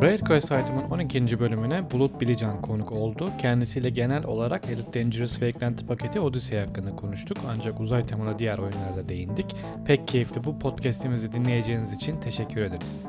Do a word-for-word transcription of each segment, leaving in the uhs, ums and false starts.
Rare Item'ın on ikinci bölümüne Bulut Bilican konuk oldu. Kendisiyle genel olarak Elite Dangerous ve eklenti paketi Odyssey hakkında konuştuk. Ancak uzay temalı diğer oyunlarda değindik. Pek keyifli bu podcast'imizi dinleyeceğiniz için teşekkür ederiz.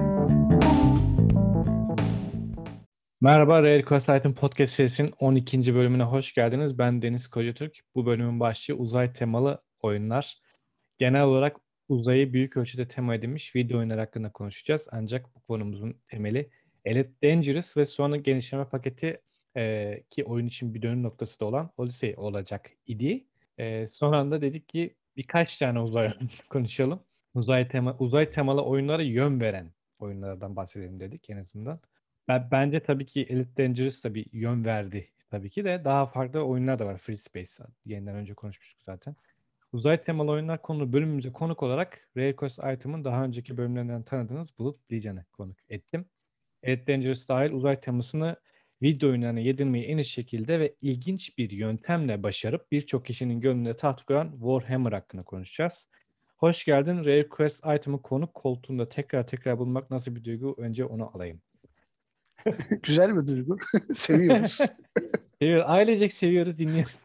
Merhaba, Rare Quest Item Podcast serisinin on ikinci bölümüne hoş geldiniz. Ben Deniz Kocatürk. Bu bölümün başlığı uzay temalı oyunlar. Genel olarak uzayı büyük ölçüde tema edinmiş video oyunlar hakkında konuşacağız. Ancak bu konumuzun temeli Elite Dangerous ve sonra genişleme paketi e, ki oyun için bir dönüm noktası da olan Odyssey olacak idi. E, son anda dedik ki birkaç tane uzay oyunu konuşalım. Uzay tema uzay temalı oyunlara yön veren oyunlardan bahsedelim dedik en azından. Ben, bence tabii ki Elite Dangerous da bir yön verdi tabii ki de daha farklı oyunlar da var. Free Space yeniden önce konuşmuştuk zaten. Uzay temalı oyunlar konu bölümümüze konuk olarak Rare Quest Item'ın daha önceki bölümlerinden tanıdığınız Bulut Bilcan'ı konuk ettim. Elite Dangerous dahil uzay temasını video oyunlarına yedirmeyi en iyi şekilde ve ilginç bir yöntemle başarıp birçok kişinin gönlünde taht kuran Warhammer hakkında konuşacağız. Hoş geldin. Rare Quest Item'ın konuk koltuğunda tekrar tekrar bulunmak nasıl bir duygu? Önce onu alayım. Güzel bir duygu. Seviyoruz. Seviyoruz. Ailecek seviyoruz, dinliyoruz.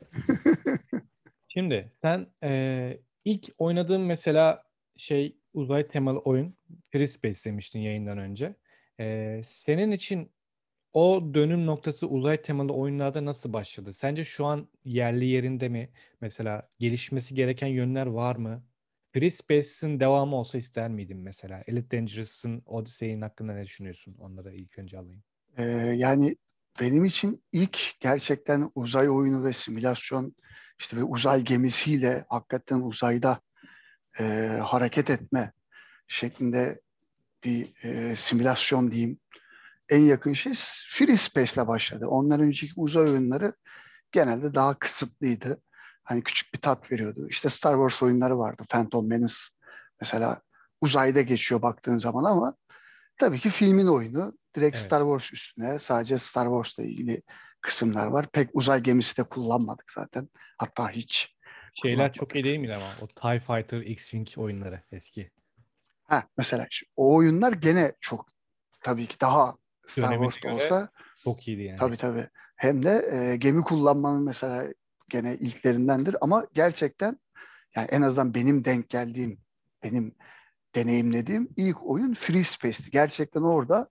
Şimdi sen e, ilk oynadığın mesela şey uzay temalı oyun Free Space demiştin yayından önce. E, senin için o dönüm noktası uzay temalı oyunlarda nasıl başladı? Sence şu an yerli yerinde mi? Mesela gelişmesi gereken yönler var mı? Free Space'in devamı olsa ister miydin mesela? Elite Dangerous'ın Odyssey'in hakkında ne düşünüyorsun? Onları ilk önce alayım. Ee, yani benim için ilk gerçekten uzay oyunu ve simülasyon işte bir uzay gemisiyle hakikaten uzayda e, hareket etme şeklinde bir e, simülasyon diyeyim. En yakın şey Free Space'le başladı. Ondan önceki uzay oyunları genelde daha kısıtlıydı. Hani küçük bir tat veriyordu. İşte Star Wars oyunları vardı. Phantom Menace mesela uzayda geçiyor baktığın zaman ama tabii ki filmin oyunu. Direkt Star Evet. Wars üstüne sadece Star Wars'la ilgili kısımlar var. Pek uzay gemisi de kullanmadık zaten. Hatta hiç Şeyler çok iyi kullanmadık. değil miydi ama? O TIE Fighter, X-Wing oyunları eski. Ha, mesela şu- o oyunlar gene çok tabii ki daha Star Dönemine Wars'ta göre olsa çok iyiydi yani. tabii tabii. Hem de e, gemi kullanmanın mesela gene ilklerindendir ama gerçekten yani en azından benim denk geldiğim, benim deneyimlediğim ilk oyun Free Space'ti. Gerçekten orada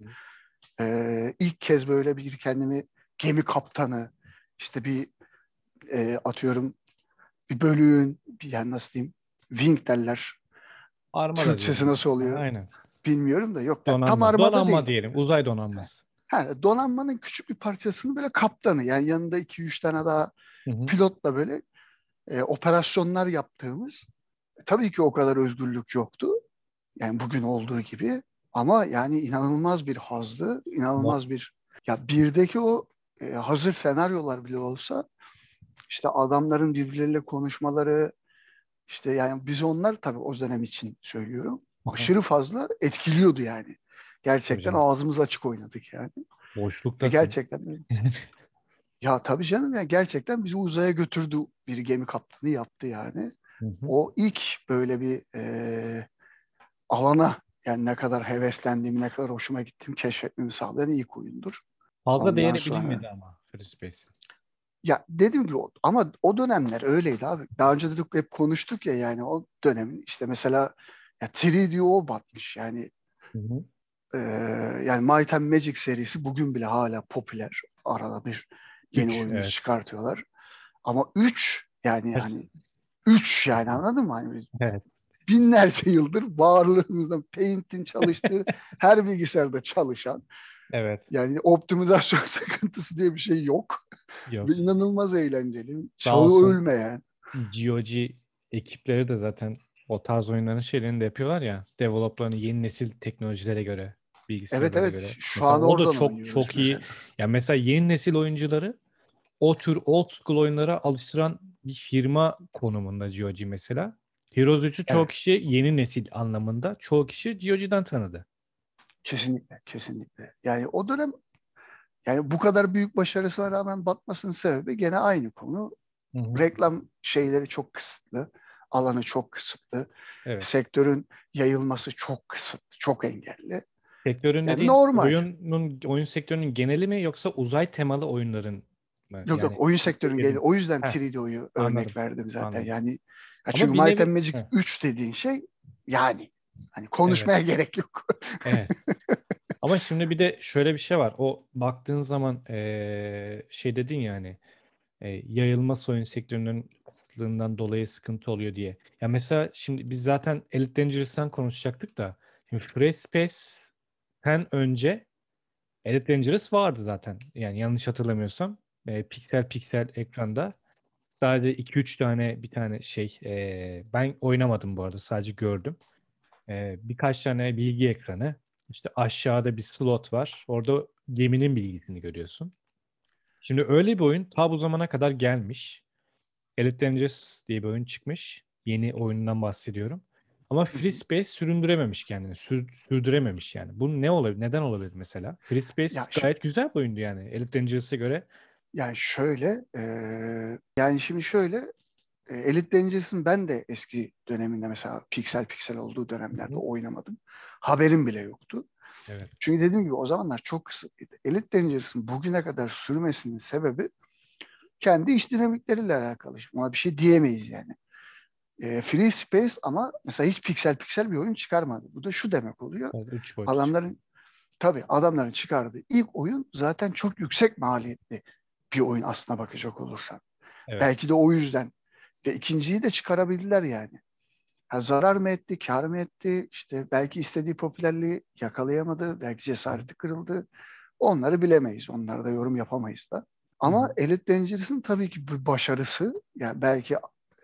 Ee, ilk kez böyle bir kendimi gemi kaptanı, işte bir e, atıyorum bir bölüğün, bir, yani nasıl diyeyim, wing derler. Armada Türkçesi diyelim. nasıl oluyor Aynen. bilmiyorum da yok. Yani tam Donanma. armada Donanma değil. diyelim. Uzay donanması. Ha, donanmanın küçük bir parçasını böyle kaptanı, yani yanında iki üç tane daha Hı hı. pilotla böyle e, operasyonlar yaptığımız. E, tabii ki o kadar özgürlük yoktu. Yani bugün olduğu gibi. Ama yani inanılmaz bir hazdı, Mo- inanılmaz bir, ya birdeki o e, hazır senaryolar bile olsa işte adamların birbirleriyle konuşmaları, işte yani biz onlar tabii o dönem için söylüyorum. Aha. Aşırı fazla etkiliyordu yani. Tabii Gerçekten canım. ağzımız açık oynadık yani. Ve Boşluktasın. gerçekten ya tabii canım ya gerçekten bizi uzaya götürdü, bir gemi kaptanı yaptı yani. Hı hı. O ilk böyle bir e, alana, yani ne kadar heveslendiğimi, ne kadar hoşuma gittiğimi keşfetmemi sağlayan ilk oyundur. Fazla Ondan değeri sonra bilinmedi ama Free Space'in. ya dediğim gibi o- ama o dönemler öyleydi abi. Daha önce dedik, hep konuştuk ya, yani o dönemin işte mesela ya üç D O batmış yani, Hı hı. e, yani Might and Magic serisi bugün bile hala popüler. Arada bir yeni Üç. oyunları Evet. çıkartıyorlar. Ama üç, yani Evet. hani üç, yani anladın mı? Hani Evet. binlerce yıldır varlığımızdan Paint'in çalıştığı, her bilgisayarda çalışan, Evet. yani optimizasyon sıkıntısı diye bir şey yok. Ve Yok. inanılmaz eğlenceli. Sağ Çağı olsun ölmeyen. G O G ekipleri de zaten o tarz oyunların şeylerini de yapıyorlar ya. Developlarını yeni nesil teknolojilere göre, Evet bilgisayarlara evet, göre. şu Mesela an o da oradan çok oynuyoruz çok iyi. mesela. Ya mesela yeni nesil oyuncuları o tür old school oyunlara alıştıran bir firma konumunda G O G mesela. Heroes üçü çoğu Evet, kişi yeni nesil anlamında çoğu kişi G O G'den tanıdı. kesinlikle kesinlikle. Yani o dönem, yani bu kadar büyük başarısına rağmen batmasının sebebi gene aynı konu. Hı hı. Reklam şeyleri çok kısıtlı. Alanı çok kısıtlı. Evet. Sektörün yayılması çok kısıtlı, çok engelli. Sektörün Yani dediğin normal. oyunun oyun sektörünün geneli mi yoksa uzay temalı oyunların mı? Yok yok, Yani oyun sektörünün geneli. dedin. O yüzden Heh, üç D'yi örnek anladım. verdim zaten. Anladım. Yani ya çünkü Ama bir Might and nevi Magic heh, üç dediğin şey yani hani evet. konuşmaya gerek yok. Evet. Ama şimdi bir de şöyle bir şey var. O baktığın zaman eee, şey dedin ya hani e, yayılması oyun sektörünün kısıtlığından dolayı sıkıntı oluyor diye. Ya mesela şimdi biz zaten Elite Dangerous'tan konuşacaktık da şimdi Free Space'ten önce Elite Dangerous vardı zaten. Yani yanlış hatırlamıyorsam e, piksel piksel ekranda sadece iki üç tane bir tane şey e, ben oynamadım bu arada sadece gördüm. E, birkaç tane bilgi ekranı işte aşağıda bir slot var. Orada geminin bilgisini görüyorsun. Şimdi öyle bir oyun ta bu zamana kadar gelmiş. Elite Dangerous diye bir oyun çıkmış. Yeni oyundan bahsediyorum. Ama Hı Free hı. Space süründürememiş kendini. Sür- sürdürememiş yani. Bu ne olabilir? Neden olabilir mesela? Free Space Ya şi- gayet güzel bir oyundu yani. Elite Dangerous'a göre. yani şöyle e, yani şimdi şöyle e, Elite Dangerous'ın ben de eski döneminde mesela piksel piksel olduğu Hı dönemlerde hı. oynamadım. Haberim bile yoktu. Evet. Çünkü dediğim gibi o zamanlar çok kısıtlıydı. Elite Dangerous'ın bugüne kadar sürmesinin sebebi kendi iş dinamikleriyle alakalı. Şimdi ona bir şey diyemeyiz yani. E, Free Space ama mesela hiç piksel piksel bir oyun çıkarmadı. Bu da şu demek oluyor. Evet, üç boyutlu çıktı. Adamların tabii adamların çıkardığı ilk oyun zaten çok yüksek maliyetli bir oyun aslına bakacak olursan. Evet. Belki de o yüzden. Ve ikinciyi de çıkarabildiler yani. Ha, zarar mı etti, kar mı etti? İşte belki istediği popülerliği yakalayamadı, belki Hı hı. cesareti kırıldı. Onları bilemeyiz, onlara da yorum yapamayız da. Hı hı. Ama Elite Dangerous'ın tabii ki bir başarısı, yani belki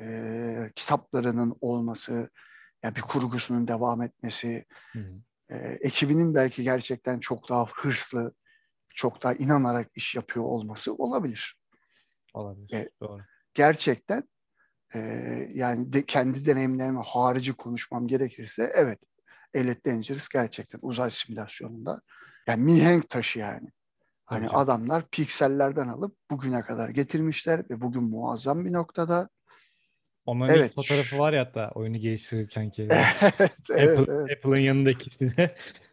e, kitaplarının olması, yani bir kurgusunun devam etmesi, Hı hı. e, ekibinin belki gerçekten çok daha hırslı, çok daha inanarak iş yapıyor olması olabilir. Olabilir. E, Doğru. gerçekten e, yani de, kendi deneyimlerime harici konuşmam gerekirse evet, Elite Dangerous gerçekten uzay simülasyonunda yani mihenk taşı yani. Tabii Hani canım. adamlar piksellerden alıp bugüne kadar getirmişler ve bugün muazzam bir noktada. Onların ilk Evet. fotoğrafı var ya hatta oyunu geliştirirken ki o Evet, Apple evet, evet. Apple'ın yanında ikisi de.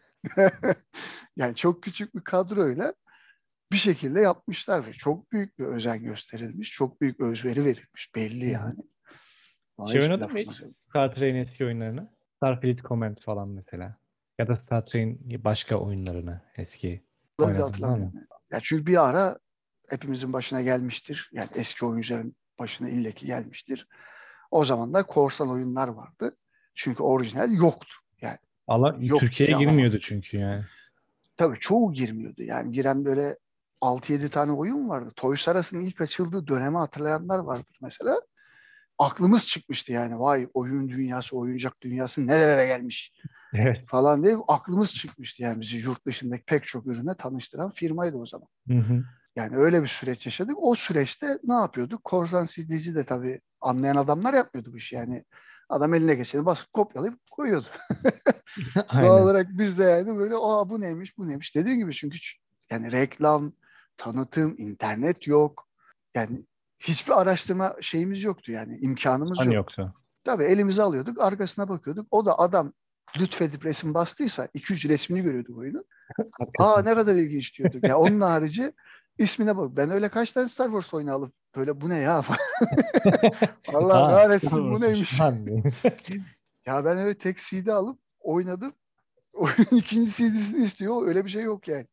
Yani çok küçük bir kadroyla bir şekilde yapmışlar ve çok büyük bir özen gösterilmiş, çok büyük özveri verilmiş belli Hı hı. yani. Ona Şey hiçbir oynadın mı lafımız hiç? yok. Star Trek'in eski oyunlarını. Starfleet Command falan mesela. Ya da Star Trek'in başka oyunlarını eski Bunları bile oynadın var mı? hatırlamıyorum. Yani. Ya çünkü bir ara hepimizin başına gelmiştir. Yani eski oyuncuların başına illaki gelmiştir. O zamanlar korsan oyunlar vardı. Çünkü orijinal yoktu. Yani Allah yoktu Türkiye'ye ki girmiyordu alamazdık. çünkü yani. Tabii çoğu girmiyordu. Yani giren böyle altı yedi tane oyun vardı. Toys R Us'ın ilk açıldığı dönemi hatırlayanlar vardır mesela. Aklımız çıkmıştı yani. Vay, oyun dünyası, oyuncak dünyası nerelere gelmiş Evet. falan diye aklımız çıkmıştı. Yani bizi yurt dışındaki pek çok ürüne tanıştıran firmaydı o zaman. Hı hı. Yani öyle bir süreç yaşadık. O süreçte ne yapıyorduk? Korsan C D'ci de tabii anlayan adamlar yapmıyordu bu işi. Yani adam eline geçeni basıp kopyalayıp koyuyordu. Doğal Aynen. olarak biz de yani böyle aa bu neymiş bu neymiş dediğim gibi, çünkü ç- yani reklam, tanıtım, internet yok. Yani hiçbir araştırma şeyimiz yoktu, yani imkanımız An yoktu. yoktu. Tabii elimize alıyorduk, arkasına bakıyorduk. O da adam lütfedip resim bastıysa iki üç resmini görüyorduk oyunun. Aa Arkasında. ne kadar ilginç diyorduk. Ya onun harici ismine bak. Ben öyle kaç tane Star Wars oyunu alıp böyle bu ne ya? Allah Aa, kahretsin bu doğrumuş neymiş? falan. Ya ben öyle tek C D alıp oynadım. Oyunun ikinci C D'sini istiyor. Öyle bir şey yok yani.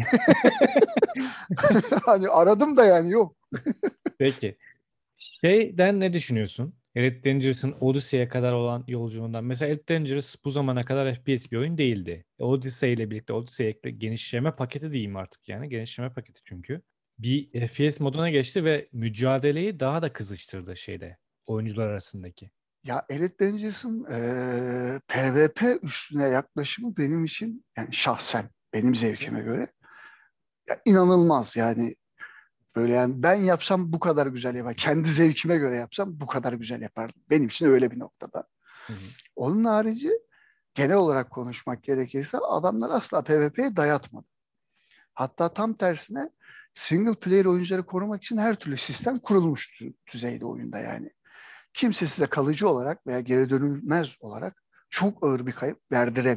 Hani aradım da yani yok. Peki. Şeyden ne düşünüyorsun? Elite Dangerous'ın Odyssey'e kadar olan yolculuğundan. Mesela Elite Dangerous bu zamana kadar F P S bir oyun değildi. Odyssey ile birlikte Odyssey ekle genişleme paketi diyeyim artık yani. Genişleme paketi çünkü. Bir F P S moduna geçti ve mücadeleyi daha da kızıştırdı şeyde. Oyuncular arasındaki. Ya Elite Dangerous'ın eee PvP üstüne yaklaşımı benim için yani şahsen benim zevkime göre ya inanılmaz yani. Böyle yani ben yapsam bu kadar güzel yapar. Kendi zevkime göre yapsam bu kadar güzel yapardım. Benim için öyle bir noktada. Hı hı. Onun harici genel olarak konuşmak gerekirse adamlar asla PvP'ye dayatmadı. Hatta tam tersine single player oyuncuları korumak için her türlü sistem kurulmuş dü- düzeyde oyunda yani. Kimse size kalıcı olarak veya geri dönülmez olarak çok ağır bir kayıp verdiremiyor.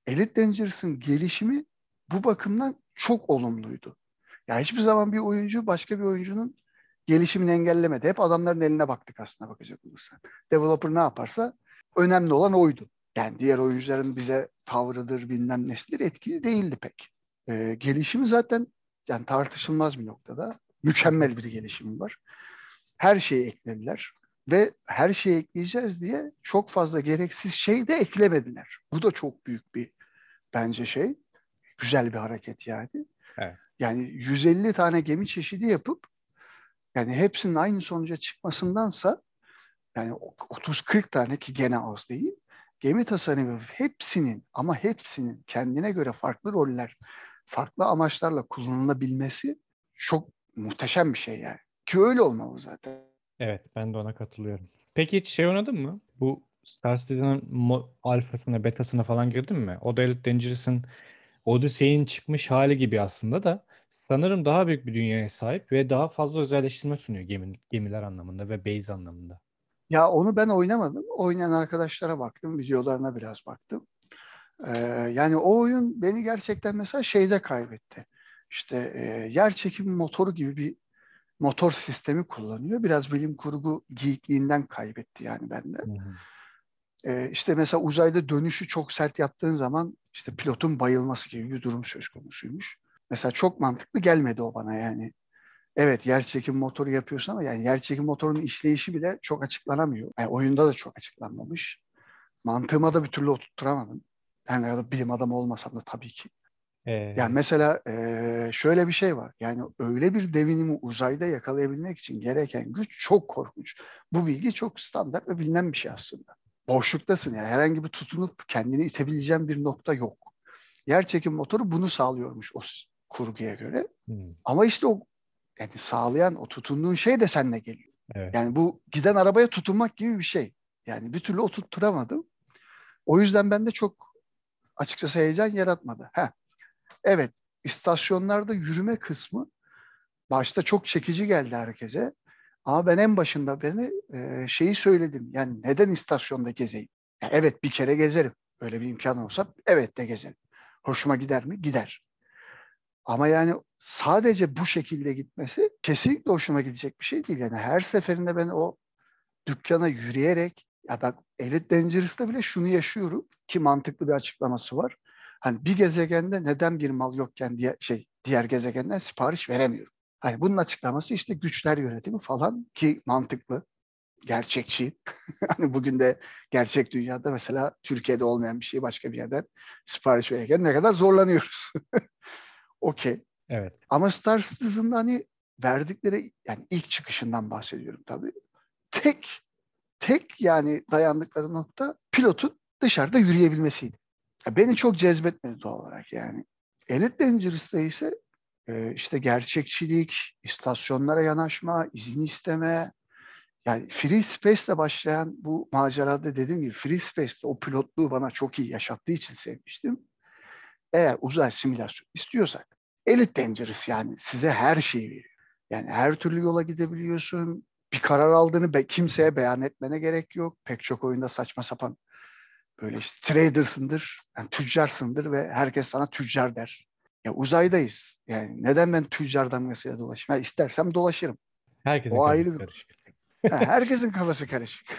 Elite Dangerous'ın gelişimi bu bakımdan çok olumluydu. Ya hiçbir zaman bir oyuncu başka bir oyuncunun gelişimini engellemedi. Hep adamların eline baktık aslında bakacak olursan. Developer ne yaparsa önemli olan oydu. Yani diğer oyuncuların bize tavrıdır, bilmem nesidir etkili değildi pek. Ee, gelişimi zaten yani tartışılmaz bir noktada. Mükemmel bir gelişimi var. Her şeyi eklediler ve her şeyi ekleyeceğiz diye çok fazla gereksiz şey de eklemediler. Bu da çok büyük bir bence şey. Güzel bir hareket yani. Evet. Yani yüz elli tane gemi çeşidi yapıp yani hepsinin aynı sonuca çıkmasındansa yani otuz kırk tane ki gene az değil. Gemi tasarımı hepsinin ama hepsinin kendine göre farklı roller, farklı amaçlarla kullanılabilmesi çok muhteşem bir şey yani. Ki öyle olmalı zaten. Evet, ben de ona katılıyorum. Peki hiç şey oynadın mı? Bu Star Citizen'ın mo- alfasına, betasına falan girdin mi? O da Elite Dangerous'ın Odyssey'in çıkmış hali gibi aslında da sanırım daha büyük bir dünyaya sahip ve daha fazla özelleştirme sunuyor gemi, gemiler anlamında ve base anlamında. Ya onu ben oynamadım. Oynayan arkadaşlara baktım, videolarına biraz baktım. Ee, yani o oyun beni gerçekten mesela şeyde kaybetti. İşte e, yer çekimi motoru gibi bir motor sistemi kullanıyor. Biraz bilim kurgu geekliğinden kaybetti yani bende. Hı hı. Ee, işte mesela uzayda dönüşü çok sert yaptığın zaman işte pilotun bayılması gibi bir durum söz konusuymuş. Mesela çok mantıklı gelmedi o bana yani. Evet yer çekim motoru yapıyorsun ama yani yer çekim motorunun işleyişi bile çok açıklanamıyor. Yani oyunda da çok açıklanmamış. Mantığıma da bir türlü oturtturamadım. Yani ne kadar bilim adamı olmasam da tabii ki. Yani Ee, mesela eee, şöyle bir şey var. Yani öyle bir devinimi uzayda yakalayabilmek için gereken güç çok korkunç. Bu bilgi çok standart ve bilinen bir şey aslında. Boşluktasın yani herhangi bir tutunup kendini itebileceğin bir nokta yok. Yerçekim motoru bunu sağlıyormuş o s- kurguya göre. hı, Ama işte o yani sağlayan o tutunduğun şey de seninle geliyor. evet. Yani bu giden arabaya tutunmak gibi bir şey. Yani bir türlü oturtturamadım. O yüzden bende çok açıkçası heyecan yaratmadı. Heh, evet, istasyonlarda yürüme kısmı başta çok çekici geldi herkese. Ama ben en başında beni e, şeyi söyledim. Yani neden istasyonda gezeyim? Ya evet bir kere gezerim. Öyle bir imkan olsa evet de gezerim. Hoşuma gider mi? Gider. Ama yani sadece bu şekilde gitmesi kesinlikle hoşuma gidecek bir şey değil. Yani her seferinde ben o dükkana yürüyerek ya bak Elite Dangerous'ta bile şunu yaşıyorum ki mantıklı bir açıklaması var. Hani bir gezegende neden bir mal yokken diye şey diğer gezegenden sipariş veremiyorum. Hani bunun açıklaması işte güçler yönetimi falan ki mantıklı, gerçekçi. Hani bugün de gerçek dünyada mesela Türkiye'de olmayan bir şeyi başka bir yerden sipariş verirken ne kadar zorlanıyoruz. Okey. Evet. Ama Star Citizen'da hani verdikleri yani ilk çıkışından bahsediyorum tabii. Tek tek yani dayandıkları nokta pilotun dışarıda yürüyebilmesiydi. Ya beni çok cezbetmedi doğal olarak yani. Elite Dangerous'ta ise e, işte gerçekçilik, istasyonlara yanaşma, izin isteme, yani Free Space'le başlayan bu macerada dediğim gibi Free Space'te o pilotluğu bana çok iyi yaşattığı için sevmiştim. Eğer uzay simülasyon istiyorsak Elite Dangerous yani size her şeyi veriyor. Yani her türlü yola gidebiliyorsun. Bir karar aldığını be, kimseye beyan etmene gerek yok. Pek çok oyunda saçma sapan böyle işte traders'ındır, yani tüccarsındır ve herkes sana tüccar der. Ya uzaydayız. Yani neden ben tüccar damgasıyla dolaşayım? Ya istersem dolaşırım. Herkesin O kafası ayrı bir konu. karışık. Ha, herkesin kafası karışık.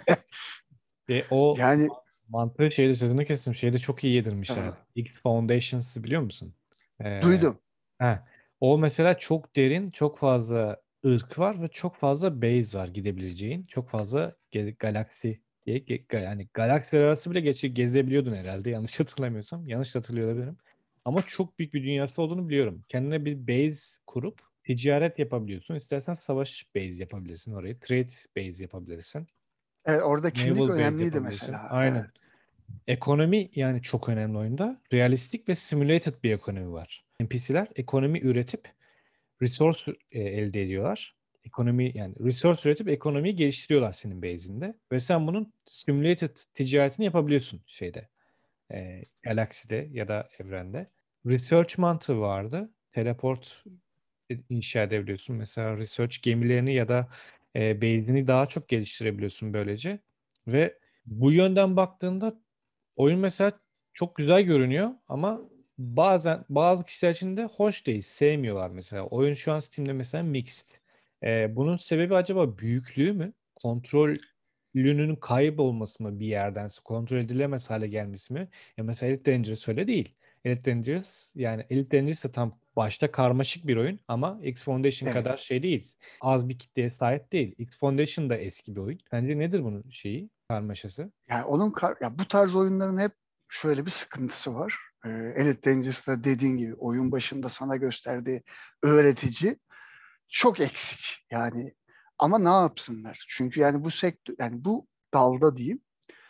Ve o Yani mantığı şeyde sözünü kestim. Şeyde çok iyi yedirmişler. e, X Foundations'ı biliyor musun? Ee, duydum. heh. O mesela çok derin, çok fazla ırk var ve çok fazla base var gidebileceğin. Çok fazla ge- galaksi diye ge- ga- yani galaksiler arası bile geçi gezebiliyordun herhalde yanlış hatırlamıyorsam. Yanlış da hatırlıyor olabilirim. Ama çok büyük bir dünyası olduğunu biliyorum. Kendine bir base kurup ticaret yapabiliyorsun. İstersen savaş base yapabilirsin orayı. Trade base yapabilirsin. E, orada kimlik Naval base önemliydi yapabilirsin. mesela. Evet. Aynen. Ekonomi yani çok önemli oyunda. Realistik ve simulated bir ekonomi var. N P C'ler ekonomi üretip resource e, elde ediyorlar. Ekonomi yani resource üretip ekonomiyi geliştiriyorlar senin base'inde. Ve sen bunun simulated ticaretini yapabiliyorsun şeyde. E, galakside ya da evrende. Research mantığı vardı. Teleport inşa edebiliyorsun. Mesela research gemilerini ya da e, base'ini daha çok geliştirebiliyorsun böylece. Ve bu yönden baktığında oyun mesela çok güzel görünüyor ama bazen bazı kişiler için de hoş değil, sevmiyorlar mesela. Oyun şu an Steam'de mesela mixed. Ee, bunun sebebi acaba büyüklüğü mü? Kontrolünün kaybolması mı bir yerden? Kontrol edilemez hale gelmesi mi? Ya mesela Elite Dangerous öyle değil. Elite Dangerous yani Elite Dangerous da tam başta karmaşık bir oyun ama X Foundation Evet. kadar şey değil. Az bir kitleye sahip değil. X Foundation da eski bir oyun. Bence nedir bunun şeyi, karmaşası? Yani onun kar- ya bu tarz oyunların hep şöyle bir sıkıntısı var. Ee, Elite Dangerous'ta dediğin gibi oyun başında sana gösterdiği öğretici çok eksik. Yani ama ne yapsınlar? Çünkü yani bu sektör, yani bu dalda diyeyim,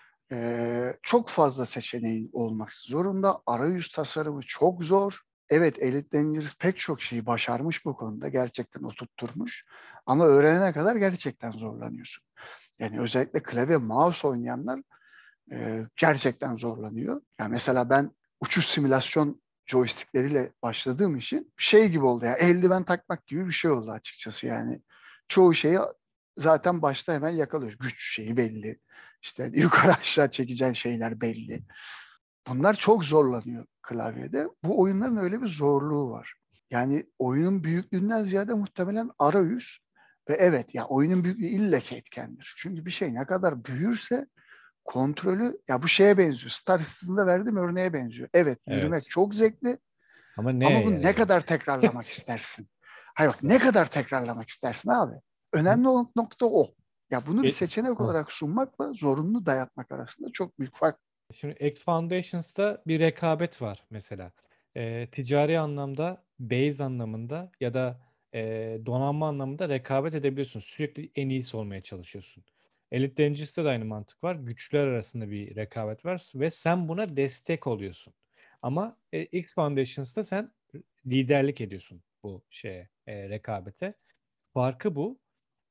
e, çok fazla seçeneğin olmak zorunda. Arayüz tasarımı çok zor. Evet, Elite Dangerous pek çok şeyi başarmış bu konuda. Gerçekten oturtturmuş. Ama öğrenene kadar gerçekten zorlanıyorsun. Yani özellikle klavye mouse oynayanlar e, gerçekten zorlanıyor. Yani mesela ben uçuş simülasyon joystickleriyle başladığım için şey gibi oldu ya, eldiven takmak gibi bir şey oldu açıkçası yani. Çoğu şeyi zaten başta hemen yakalıyoruz. Güç şeyi belli. İşte yukarı aşağı çekeceğin şeyler belli. Bunlar çok zorlanıyor klavyede. Bu oyunların öyle bir zorluğu var. Yani oyunun büyüklüğünden ziyade muhtemelen arayüz ve evet ya oyunun büyüklüğü illaki etkendir. Çünkü bir şey ne kadar büyürse kontrolü ya bu şeye benziyor. Star Citizen'da verdiğim örneğe benziyor. Evet, yürümek Evet. çok zevkli Ama ama neye bunu ne yarıyor? kadar tekrarlamak istersin? Hayır bak, ne Evet. kadar tekrarlamak istersin abi? Önemli olan nokta o. Ya bunu bir E- seçenek Heh. olarak sunmakla zorunlu dayatmak arasında çok büyük fark. Şimdi X Foundations'ta bir rekabet var mesela. Ee, ticari anlamda, base anlamında ya da e, donanma anlamında rekabet edebiliyorsun. Sürekli en iyisi olmaya çalışıyorsun. Elite Dangerous'ta da aynı mantık var. Güçler arasında bir rekabet var ve sen buna destek oluyorsun. Ama e, X Foundations'ta sen liderlik ediyorsun bu şeye, e, rekabete. Farkı bu.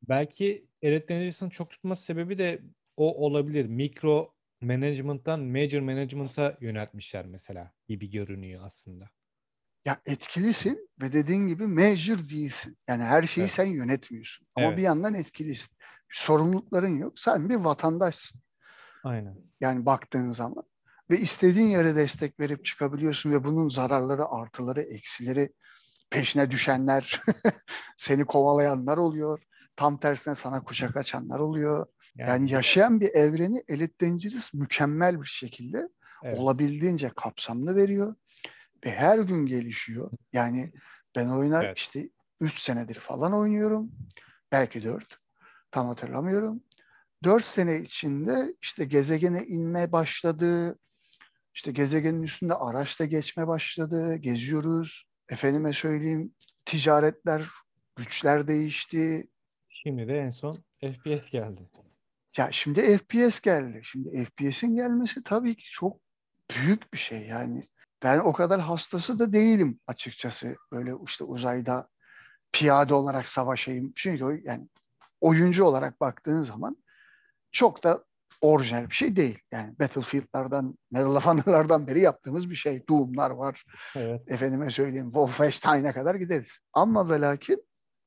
Belki Elite Dangerous'ın çok tutması sebebi de o olabilir. Mikro management'tan major management'a yöneltmişler mesela gibi görünüyor aslında. Ya etkilisin ve dediğin gibi major değilsin. Yani her şeyi sen Evet. yönetmiyorsun. Ama bir Evet. yandan etkilisin. Sorumlulukların yok. Sen bir vatandaşsın. Aynen. Yani baktığın zaman. Ve istediğin yere destek verip çıkabiliyorsun ve bunun zararları, artıları, eksileri, peşine düşenler, seni kovalayanlar oluyor. Tam tersine sana kuşak açanlar oluyor. Yani Yani yaşayan bir evreni Elite Dangerous mükemmel bir şekilde evet. olabildiğince kapsamlı veriyor ve her gün gelişiyor. Yani ben oyuna Evet. işte üç senedir falan oynuyorum. Belki dört. Tam hatırlamıyorum. Dört sene içinde işte gezegene inme başladı. İşte gezegenin üstünde araçla geçme başladı. Geziyoruz. Efendime söyleyeyim, ticaretler, güçler değişti. Şimdi de en son F P S geldi. Ya şimdi F P S geldi. Şimdi F P S'in gelmesi tabii ki çok büyük bir şey. Yani ben o kadar hastası da değilim açıkçası. Böyle işte uzayda piyade olarak savaşayım. Çünkü o- yani oyuncu olarak baktığın zaman çok da orijinal bir şey değil. Yani Battlefield'lardan, Medal of Honor'lardan beri yaptığımız bir şey. Doom'lar var. Evet. Efendime söyleyeyim, Wolfenstein'e kadar gideriz. Ama ve lakin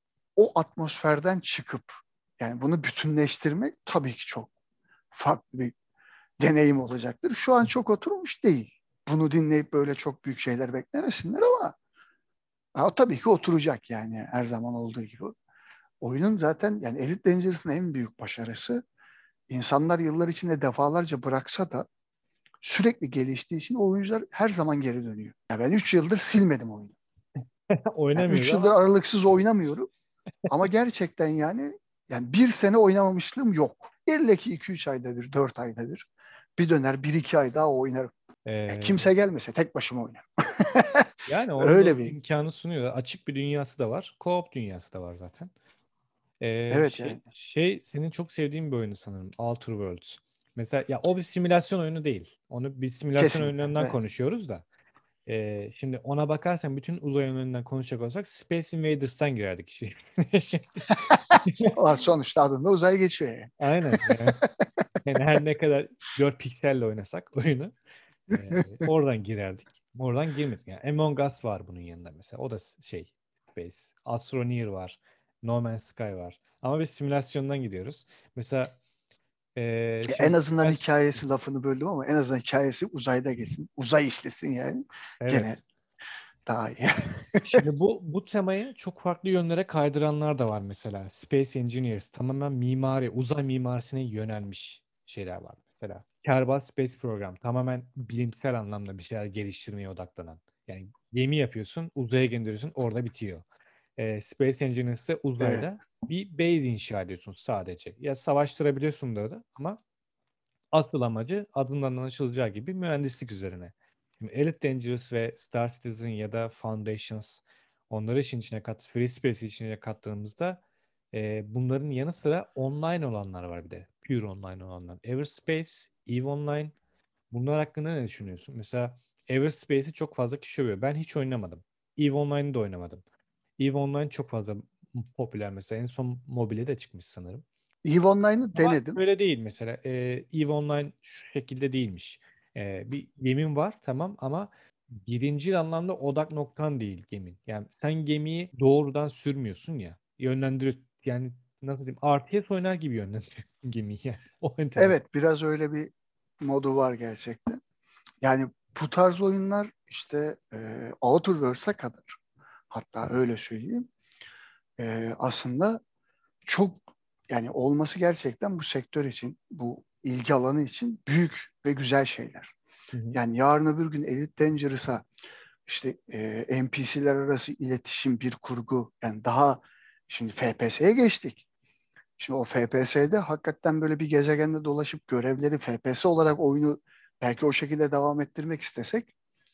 o atmosferden çıkıp yani bunu bütünleştirmek tabii ki çok farklı bir deneyim olacaktır. Şu an çok oturmuş değil. Bunu dinleyip böyle çok büyük şeyler beklemesinler ama ha, o tabii ki oturacak yani her zaman olduğu gibi. Oyunun zaten yani Elite Dangerous'ın en büyük başarısı, insanlar yıllar içinde defalarca bıraksa da sürekli geliştiği için oyuncular her zaman geri dönüyor. Ya ben üç yıldır silmedim oyunu. Yani Oynamıyoruz üç yıldır ama aralıksız oynamıyorum ama gerçekten yani yani bir sene oynamamışlığım yok. İlle ki iki üç ayda bir, dört ayda bir bir döner bir iki ay daha oynarım. Ya e, kimse gelmese tek başıma oynarım. yani onun da Öyle o bir. imkanı sunuyor. Açık bir dünyası da var. Co-op dünyası da var zaten. Ee, Evet şey, yani. şey senin çok sevdiğin bir oyunu sanırım. Outer Worlds. Mesela ya o bir simülasyon oyunu değil. Onu biz simülasyon Kesinlikle. oyunlarından Ve konuşuyoruz da. Ee, şimdi ona bakarsan bütün uzay oyunlarından konuşacak olsak Space Invaders'tan girerdik işi. Şimdi- ama sonuçta adında uzay geçiyor yani. Aynen yani. Yani her ne kadar dört pikselle oynasak oyunu e, oradan girerdik. Oradan girmedik. Yani Among Us var bunun yanında mesela. O da s- şey Space. Astroneer var. No Man's Sky var. Ama biz simülasyondan gidiyoruz. Mesela Ee, Ya şey en azından Super hikayesi, lafını böldüm ama en azından hikayesi uzayda geçsin. Uzay işlesin yani. Gene evet. daha iyi. Şimdi bu bu temayı çok farklı yönlere kaydıranlar da var mesela. Space Engineers tamamen mimari, uzay mimarisine yönelmiş şeyler var mesela. Kerbal Space Program tamamen bilimsel anlamda bir şeyler geliştirmeye odaklanan. Yani gemi yapıyorsun, uzaya gönderiyorsun, orada bitiyor. Ee, Space Engineers de Evet. uzayda bir base inşa ediyorsun sadece. Ya savaştırabiliyorsun da orada ama asıl amacı adından anlaşılacağı gibi mühendislik üzerine. Şimdi Elite Dangerous ve Star Citizen ya da Foundations onları işin içine kat, Free Space içine kattığımızda e, bunların yanı sıra online olanlar var bir de. Pure online olanlar. Everspace, EVE Online. Bunlar hakkında ne düşünüyorsun? Mesela Everspace'i çok fazla kişi övüyor. Ben hiç oynamadım. EVE Online'ı da oynamadım. EVE Online çok fazla popüler mesela. En son mobile de çıkmış sanırım. EVE Online'ı Ama denedim. öyle değil mesela. E, EVE Online şu şekilde değilmiş. E, bir gemin var tamam ama birinci anlamda odak noktan değil gemin. Yani sen gemiyi doğrudan sürmüyorsun ya. Yönlendiriyor. Yani nasıl diyeyim? R T S oynar gibi yönlendiriyorsun gemiyi. Yani. O enteresan. Evet, biraz öyle bir modu var gerçekten. Yani bu tarz oyunlar işte e, Outer Worlds'a kadar, hatta öyle söyleyeyim, e, aslında çok, yani olması gerçekten bu sektör için, bu ilgi alanı için büyük ve güzel şeyler. Hı hı. Yani yarın öbür gün Elite Dangerous'a işte e, N P C'ler arası iletişim, bir kurgu, yani daha şimdi F P S'ye geçtik. Şimdi o F P S'de hakikaten böyle bir gezegende dolaşıp görevleri F P S olarak oyunu belki o şekilde devam ettirmek istesek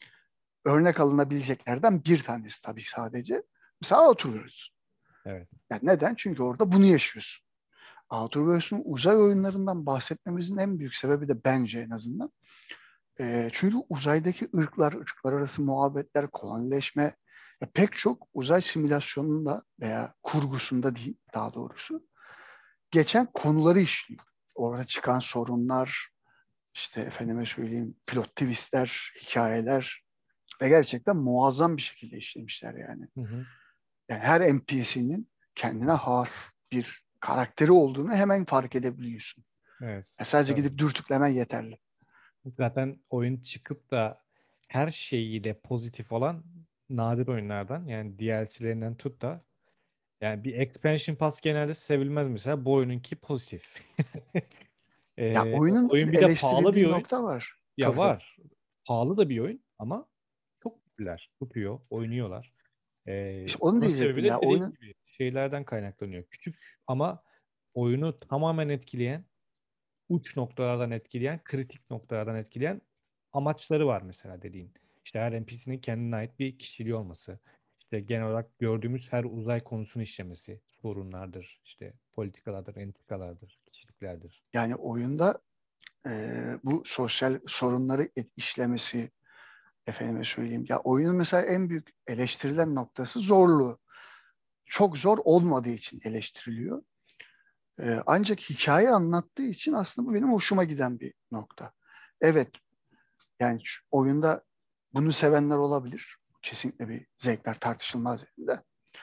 örnek alınabileceklerden bir tanesi tabii sadece. Mesela oturuyoruz. Evet. Yani neden? Çünkü orada bunu yaşıyorsun. Outer Worlds'un uzay oyunlarından bahsetmemizin en büyük sebebi de bence en azından. E, çünkü uzaydaki ırklar, ırklar arası muhabbetler, kolonileşme, ya pek çok uzay simülasyonunda veya kurgusunda değil daha doğrusu geçen konuları işliyor. Orada çıkan sorunlar, işte efendime söyleyeyim pilot twistler, hikayeler ve gerçekten muazzam bir şekilde işlemişler yani. Hı hı. Yani her N P C'nin kendine has bir karakteri olduğunu hemen fark edebiliyorsun. Evet. Ya sadece Evet. gidip dürtüklemen yeterli. Zaten oyun çıkıp da her şeyiyle pozitif olan nadir oyunlardan yani D L C'lerinden tut da yani bir expansion pass genelde sevilmez mesela. Bu oyununki pozitif. Ya Ee, oyunun oyun bir de pahalı bir eleştirildiği oyun. nokta var. Ya Tabii tabii. var. Pahalı da bir oyun ama çok popüler. Tutuyor, oynuyor. Ee, İşte onu onun sebebi diyecektim de ya dediğim oyunun gibi şeylerden kaynaklanıyor. Küçük ama oyunu tamamen etkileyen, uç noktalardan etkileyen, kritik noktalardan etkileyen amaçları var mesela dediğin. İşte her N P C'nin kendine ait bir kişiliği olması. İşte genel olarak gördüğümüz her uzay konusunu işlemesi. Sorunlardır, işte politikalardır, entrikalardır, kişiliklerdir. yani oyunda e, bu sosyal sorunları et- işlemesi, efendime söyleyeyim. Ya oyunun mesela en büyük eleştirilen noktası zorluğu. Çok zor olmadığı için eleştiriliyor. Ee, ancak hikaye anlattığı için aslında bu benim hoşuma giden bir nokta. Evet, yani şu oyunda bunu sevenler olabilir. Kesinlikle bir zevkler tartışılmaz de.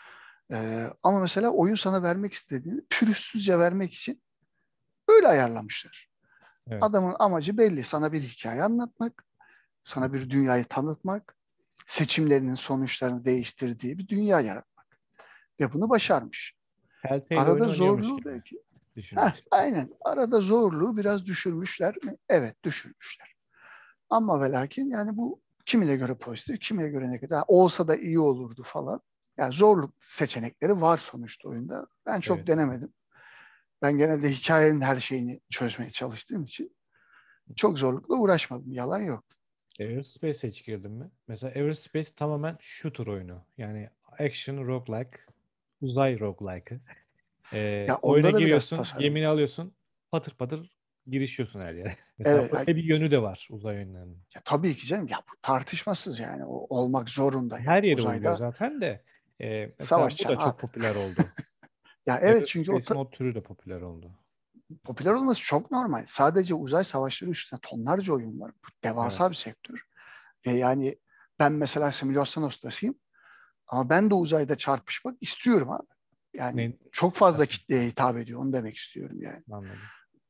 Ee, ama mesela oyun sana vermek istediğini pürüzsüzce vermek için öyle ayarlamışlar. Evet. Adamın amacı belli. Sana bir hikaye anlatmak, sana bir dünyayı tanıtmak, seçimlerinin sonuçlarını değiştirdiği bir dünya yaratmak. Ve bunu başarmış. Telltale Arada oyunu oynuyormuş zorluğu gibi belki. Heh, düşünmek. aynen. Arada zorluğu biraz düşürmüşler mi? Evet, düşürmüşler. Ama ve lakin yani bu kimine göre pozitif, kimine göre negatif. Ha, olsa da iyi olurdu falan. Yani zorluk seçenekleri var sonuçta oyunda. Ben çok Evet. denemedim. Ben genelde hikayenin her şeyini çözmeye çalıştığım için çok zorlukla uğraşmadım. Yalan yok. Everspace'e hiç girdin mi? Mesela Everspace tamamen shooter oyunu. Yani action roguelike, uzay roguelike'ı. Ee, Ya oyuna onda da biraz giriyorsun, tasarım gemini var. alıyorsun, patır patır girişiyorsun her yere. Mesela Evet, ya, öyle bir yönü de var uzay oyunlarının. ya tabii ki canım. Ya bu tartışmasız yani. O olmak zorunda yani. Her yere uyuyor Uzayda zaten de. Ee, mesela bu savaşacaksın da çok abi. popüler oldu. Ya evet çünkü o Everspace'in ta- o türü de popüler oldu. popüler olması çok normal. Sadece uzay savaşları üstüne tonlarca oyun var. Bu devasa Evet. bir sektör. Ve yani ben mesela simülasyon ustasıyım. Ama ben de uzayda çarpışmak istiyorum abi. Yani Ne çok fazla simülasyon. kitleye hitap ediyor. Onu demek istiyorum yani. Anladım.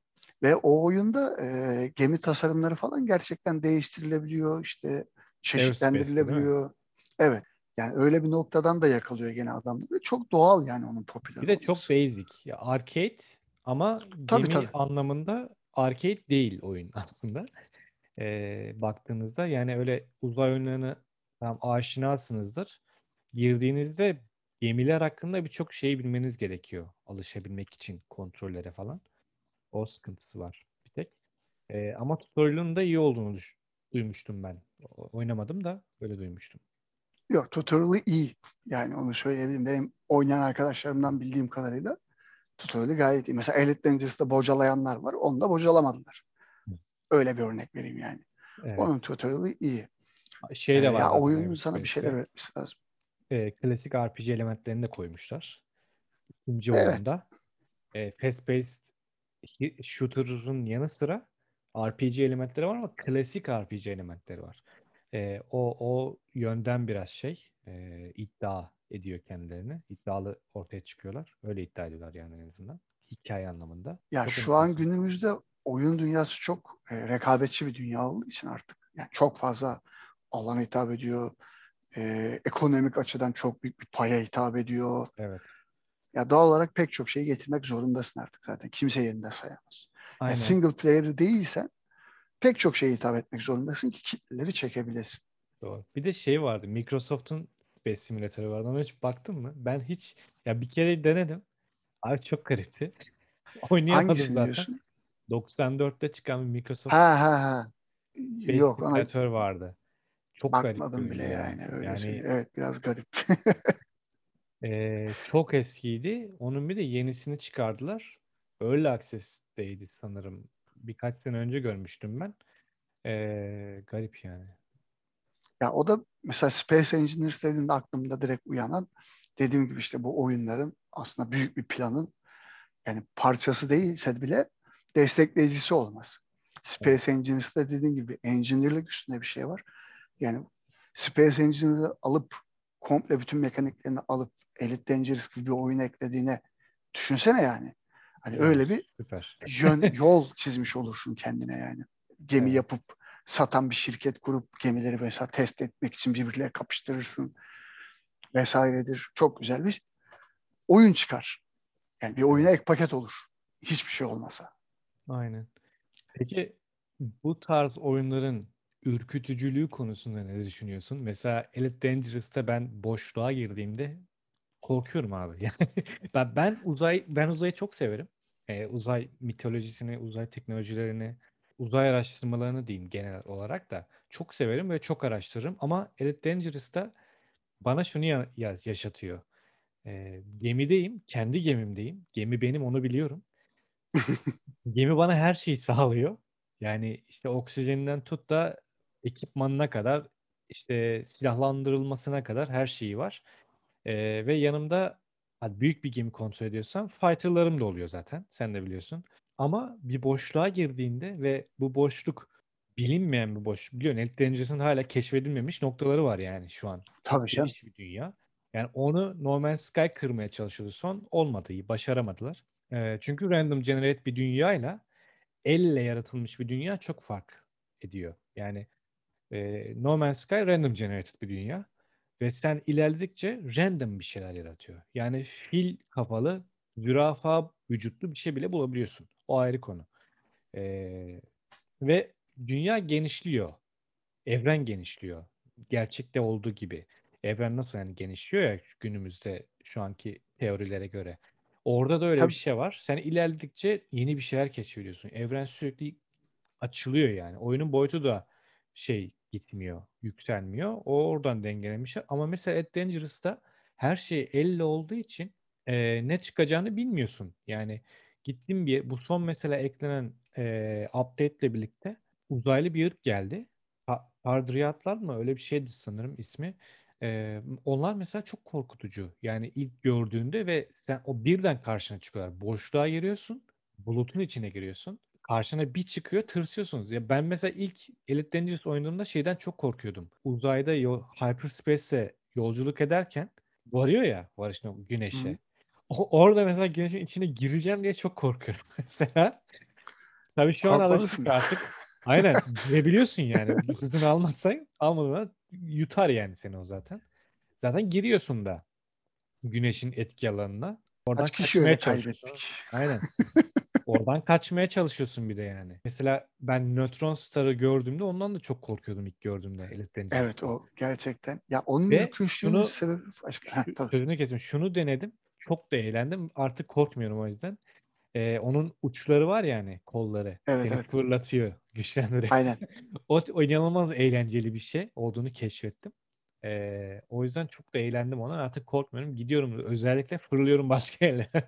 Ve o oyunda e, gemi tasarımları falan gerçekten değiştirilebiliyor, işte Aerospace'te değil mi? çeşitlendirilebiliyor. Evet. Yani öyle bir noktadan da yakalıyor gene adamları. Ve çok doğal yani onun popüler Bir de çok olması. basic. Ya arcade ama Tabii gemi tabii. anlamında arcade değil oyun aslında. Ee, baktığınızda yani öyle uzay oyunlarına tam aşinasınızdır. Girdiğinizde gemiler hakkında birçok şeyi bilmeniz gerekiyor. Alışabilmek için kontrollere falan. O sıkıntısı var bir tek. Ee, ama tutorial'ın da iyi olduğunu düş- duymuştum ben. O- Oynamadım da öyle duymuştum. Yok, tutorial'ı iyi. Yani onu söyleyebilirim. Benim oynayan arkadaşlarımdan bildiğim kadarıyla tutorial'ı gayet iyi. Mesela Elite Dangerous'ta bocalayanlar var. Onu da bocalamadılar. Öyle bir örnek vereyim yani. Onun Evet. tutorial'ı iyi. Ee, Şey de var ya zaten oyunun sana bir şeyler Aerospace'te. öğretmesi lazım. Ee, klasik R P G elementlerini de koymuşlar. İkinci Evet. oyunda. E, fast-paced hi- shooter'ın yanı sıra R P G elementleri var ama klasik R P G elementleri var. E, o o yönden biraz şey e, iddia ediyor kendilerini. İddialı ortaya çıkıyorlar. Öyle iddia ediyorlar yani en azından. Hikaye anlamında. Ya Çok şu an enteresan. günümüzde oyun dünyası çok e, rekabetçi bir dünya olduğu için artık yani çok fazla alana hitap ediyor. E, ekonomik açıdan çok büyük bir paya hitap ediyor. Evet. Ya doğal olarak pek çok şeyi getirmek zorundasın artık zaten. Kimse yerinde sayamaz. Ya Aynen. single player değilsen pek çok şeye hitap etmek zorundasın ki kitleleri çekebilesin. Doğru. Bir de şey vardı. Microsoft'un Space Simulator'ı vardı. Ona hiç baktın mı? Ben hiç ya bir kere denedim. Abi çok garipti. Oynayamadım Hangisini zaten. diyorsun? doksan dörtte çıkan bir Ha Microsoft ha ha. Space Yok, ona Simulator vardı. Çok garip bir bakmadım bile oyundu ya. yani, öyle Yani söyleyeyim. Evet, biraz garip. eee, çok eskiydi. Onun bir de yenisini çıkardılar. Early Access'teydi sanırım. Birkaç sene önce görmüştüm ben. Eee, garip yani. Ya o da mesela Space Engineers dediğinde aklımda direkt uyanan, dediğim gibi işte bu oyunların aslında büyük bir planın yani parçası değilse bile destekleyicisi olması. Evet. Space Engineers'da dediğim gibi engineer'lık üstünde bir şey var. Yani Space Engineer'ı alıp komple bütün mekaniklerini alıp Elite Dangerous gibi bir oyun eklediğine düşünsene yani. Hani Ya öyle bir süper. yön, yol çizmiş olursun kendine yani. Gemi Evet. yapıp satan bir şirket kurup gemileri mesela test etmek için birbirleriyle kapıştırırsın vesairedir. Çok güzel bir oyun çıkar. Yani bir oyuna Evet. ek paket olur. Hiçbir şey olmasa. Aynen. Peki bu tarz oyunların ürkütücülüğü konusunda ne düşünüyorsun? Mesela Elite Dangerous'ta ben boşluğa girdiğimde korkuyorum abi. Yani ben ben uzay ben uzayı çok severim. Ee, uzay mitolojisini, uzay teknolojilerini, uzay araştırmalarını diyeyim genel olarak da çok severim ve çok araştırırım. Ama Elite Dangerous'ta bana şunu ya- ya- yaşatıyor. Ee, gemideyim, kendi gemimdeyim. Gemi benim, onu biliyorum. Gemi bana her şeyi sağlıyor. Yani işte oksijeninden tut da ekipmanına kadar, işte silahlandırılmasına kadar her şeyi var. Ee, ve yanımda ha, büyük bir gemi kontrol ediyorsam fighter'larım da oluyor zaten. Sen de biliyorsun. Ama bir boşluğa girdiğinde ve bu boşluk bilinmeyen bir boşluk. Biliyorsun Elite Dangerous'ın hala keşfedilmemiş noktaları var yani şu an. Tabii Çok canım. geniş bir dünya. Yani onu No Man's Sky kırmaya çalışıyordu son. Olmadı. Başaramadılar. Ee, çünkü random generate bir dünyayla elle yaratılmış bir dünya çok fark ediyor. Yani e, No Man's Sky random generated bir dünya ve sen ilerledikçe random bir şeyler yaratıyor. Yani fil kafalı, zürafa vücutlu bir şey bile bulabiliyorsun. O ayrı konu. E, ve dünya genişliyor. Evren genişliyor. Gerçekte olduğu gibi. Evren nasıl yani genişliyor ya günümüzde şu anki teorilere göre. Orada da öyle bir Tabii, şey var. Sen ilerledikçe yeni bir şeyler keşfediyorsun. Evren sürekli açılıyor yani. Oyunun boyutu da şey gitmiyor, yükselmiyor. O oradan dengelemişler. Ama mesela Ed Dangerous'ta her şey elle olduğu için e, ne çıkacağını bilmiyorsun. Yani gittim bir bu son mesela eklenen e, update ile birlikte uzaylı bir ırk geldi. Pa Pardriyatlar mı? Öyle bir şeydi sanırım ismi. E, onlar mesela çok korkutucu. Yani ilk gördüğünde ve sen o birden karşına çıkıyorlar. Boşluğa giriyorsun. Bulutun içine giriyorsun. Karşına bir çıkıyor tırsıyorsunuz. Ya ben mesela ilk Elite Dangerous oynadığımda şeyden çok korkuyordum. Uzayda yol, hyperspace'e yolculuk ederken varıyor ya varış nok- hı. güneşe. O, orada mesela güneşin içine gireceğim diye çok korkuyorum mesela. Tabii şu an Korkmalısın. alıştık artık. Aynen. Girebiliyorsun yani. Hızını almazsan almadığına yutar yani seni o zaten. Zaten giriyorsun da güneşin etki alanına. Oradan Kaç kişi öyle kaçmaya çalışıyorsun. kaybettik. Aynen. Oradan kaçmaya çalışıyorsun bir de yani. Mesela ben nötron starı gördüğümde ondan da çok korkuyordum ilk gördüğümde Elite Evet, Dangerous'u. o gerçekten. Ya onun Ve ürkünçlüğünün şunu sebebi başka. Heh, şu, tabii. sözünü kestim. Şunu denedim. Çok da eğlendim. Artık korkmuyorum o yüzden. Ee, onun uçları var yani kolları. Evet, Seni evet. fırlatıyor, güçlendiriyor. Aynen. O, o inanılmaz eğlenceli bir şey olduğunu keşfettim. Ee, o yüzden çok da eğlendim ona. Artık korkmuyorum. Gidiyorum. Özellikle fırlıyorum başka yerlere.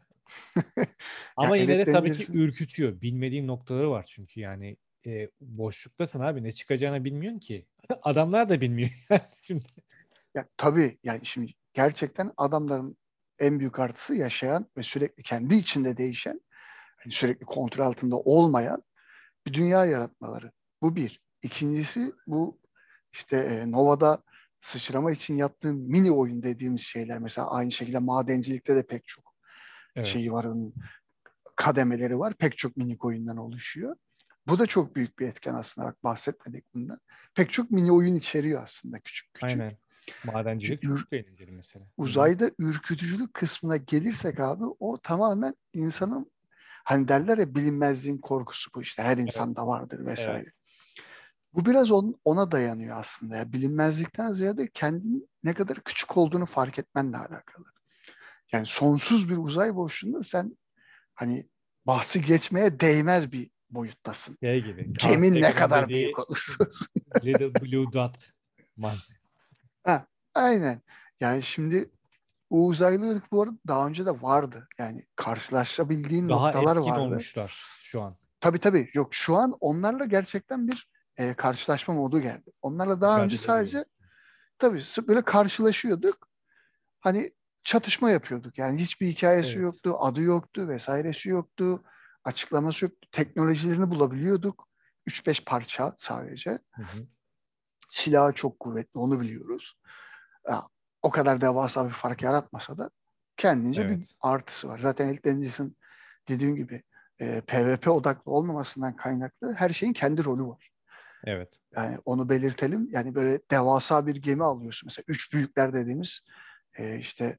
Ya Ama yine de Elite tabii ki Dangerous'ın ürkütüyor. Bilmediğin noktaları var çünkü yani e, boşluktasın abi. Ne çıkacağını bilmiyorsun ki. Adamlar da bilmiyor yani şimdi. ya tabii yani şimdi gerçekten adamların en büyük artısı yaşayan ve sürekli kendi içinde değişen, hani sürekli kontrol altında olmayan bir dünya yaratmaları. Bu bir. İkincisi bu işte e, Nova'da sıçrama için yaptığım mini oyun dediğimiz şeyler. Mesela aynı şekilde madencilikte de pek çok Evet. şeyi var, onun kademeleri var. Pek çok mini oyundan oluşuyor. Bu da çok büyük bir etken aslında. Bak, bahsetmedik bundan. Pek çok mini oyun içeriyor aslında, küçük küçük. Aynen. Madencilik Ür- çok eğlenceli mesela. Hı hı. Uzayda ürkütücülük kısmına gelirsek abi, o tamamen insanın, hani derler ya, bilinmezliğin korkusu, bu işte her Evet. insanda vardır vesaire. Evet. Bu biraz on, ona dayanıyor aslında. Ya, bilinmezlikten ziyade kendinin ne kadar küçük olduğunu fark etmenle alakalı. Yani sonsuz bir uzay boşluğunda sen, hani bahsi geçmeye değmez bir boyuttasın. Şey gibi. Carl Gemin ne Sagan'ın kadar büyük dediği olursa olsun. Little Blue Dot mantığı. Ha, aynen. Yani şimdi o uzaylı ırk bu arada daha önce de vardı. Yani karşılaşabildiğin Daha noktalar etkin vardı. olmuşlar şu an. Tabii tabii. Yok, şu an onlarla gerçekten bir e, karşılaşma modu geldi. Onlarla daha önce Mücadele ediyorlar. sadece, tabii, sı- böyle karşılaşıyorduk. Hani çatışma yapıyorduk. Yani hiçbir hikayesi Evet. yoktu, adı yoktu, vesairesi yoktu, açıklaması yoktu. Teknolojilerini bulabiliyorduk. Üç beş parça sadece. Hı hı. Silahı çok kuvvetli, onu biliyoruz. Ya, o kadar devasa bir fark yaratmasa da kendince bir Evet. artısı var. Zaten Elite Dangerous'ın dediğim gibi e, PvP odaklı olmamasından kaynaklı her şeyin kendi rolü var. Evet. Yani onu belirtelim. Yani böyle devasa bir gemi alıyorsun. Mesela üç büyükler dediğimiz e, işte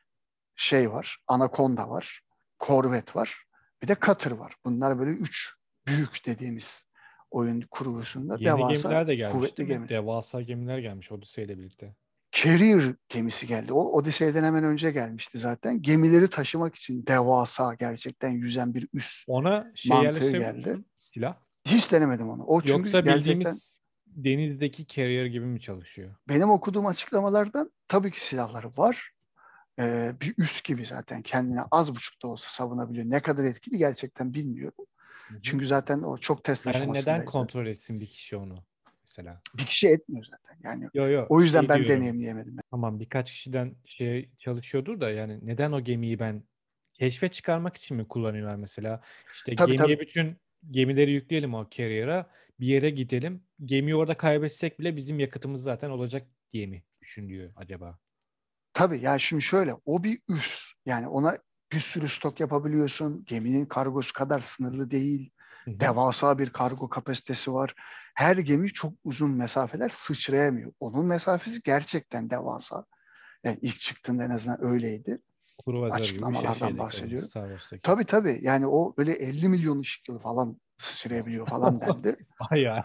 şey var. Anaconda var. Corvette var. Bir de Cutter var. Bunlar böyle üç büyük dediğimiz oyun kurgusunda Yeni devasa gemiler de gelmiş kuvvetli değil mi? gemiler. Devasa gemiler gelmiş Odyssey ile birlikte. Carrier gemisi geldi. O Odyssey'den hemen önce gelmişti zaten. Gemileri taşımak için devasa, gerçekten yüzen bir üs Ona şey mantığı yerleştirebiliyor geldi. musun? Silah. Hiç denemedim onu. O çünkü Yoksa gerçekten bildiğimiz denizdeki carrier gibi mi çalışıyor? benim okuduğum açıklamalardan tabii ki silahları var. Ee, bir üs gibi zaten, kendine az buçuk da olsa savunabiliyor. Ne kadar etkili gerçekten bilmiyorum. Hı hı. Çünkü zaten o çok test Yani neden aşamasındaydı. kontrol etsin bir kişi onu mesela? Bir kişi etmiyor zaten. Yani Yo yo o yüzden şey ben diyorum. deneyimleyemedim. Tamam birkaç kişiden şey çalışıyordur da yani neden o gemiyi ben keşfe çıkarmak için mi kullanıyorlar mesela? İşte Tabii tabii. gemiye bütün gemileri yükleyelim o carrier'a bir yere gidelim. Gemiyi orada kaybetsek bile bizim yakıtımız zaten olacak diye mi düşünüyor acaba? Tabii yani şimdi şöyle, o bir üs. Yani ona bir sürü stok yapabiliyorsun. Geminin kargosu kadar sınırlı değil. Hı hı. Devasa bir kargo kapasitesi var. Her gemi çok uzun mesafeler sıçrayamıyor. Onun mesafesi gerçekten devasa. Yani ilk çıktığında en azından öyleydi. Kruvazör gibi bir şey Açıklamalardan şeydeki o bahsediyorum. Star Wars'taki. Tabii tabii, yani o böyle elli milyon ışık yılı falan sıçrayabiliyor falan dendi. Bayağı.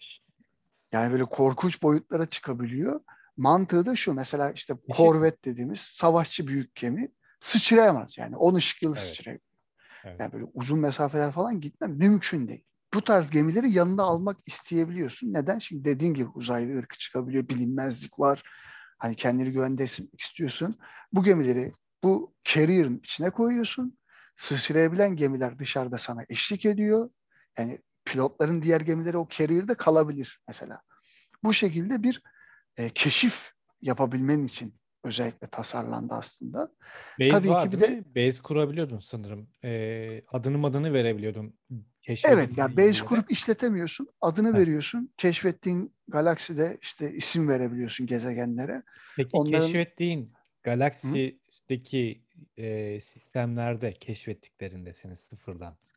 Yani böyle korkunç boyutlara çıkabiliyor. Mantığı da şu: mesela işte Eşit mi? korvet dediğimiz savaşçı büyük gemi sıçrayamaz. Yani on ışık yılı Evet. sıçrayıyor. Evet. Yani böyle uzun mesafeler falan gitmem mümkün değil. Bu tarz gemileri yanına almak isteyebiliyorsun. Neden? Şimdi dediğin gibi uzaylı ırkı çıkabiliyor, bilinmezlik var. Hani kendini güvende hissetmek istiyorsun. Bu gemileri bu carrier'ın içine koyuyorsun. Sıçrayabilen gemiler dışarıda sana eşlik ediyor. Yani pilotların diğer gemileri o carrier'da kalabilir mesela. Bu şekilde bir e, keşif yapabilmen için özellikle tasarlandı aslında. Base Tabii ki var bir değil de, mi? Base kurabiliyordun sanırım. Ee, adını adını verebiliyordun evet, ya keşfedemediğin base yerlere. kurup işletemiyorsun. Adını Heh. veriyorsun. Keşfettiğin galakside işte isim verebiliyorsun gezegenlere. Peki Onların, keşfettiğin hı, galaksideki e, sistemlerde keşfettiklerinde seni sıfırdan.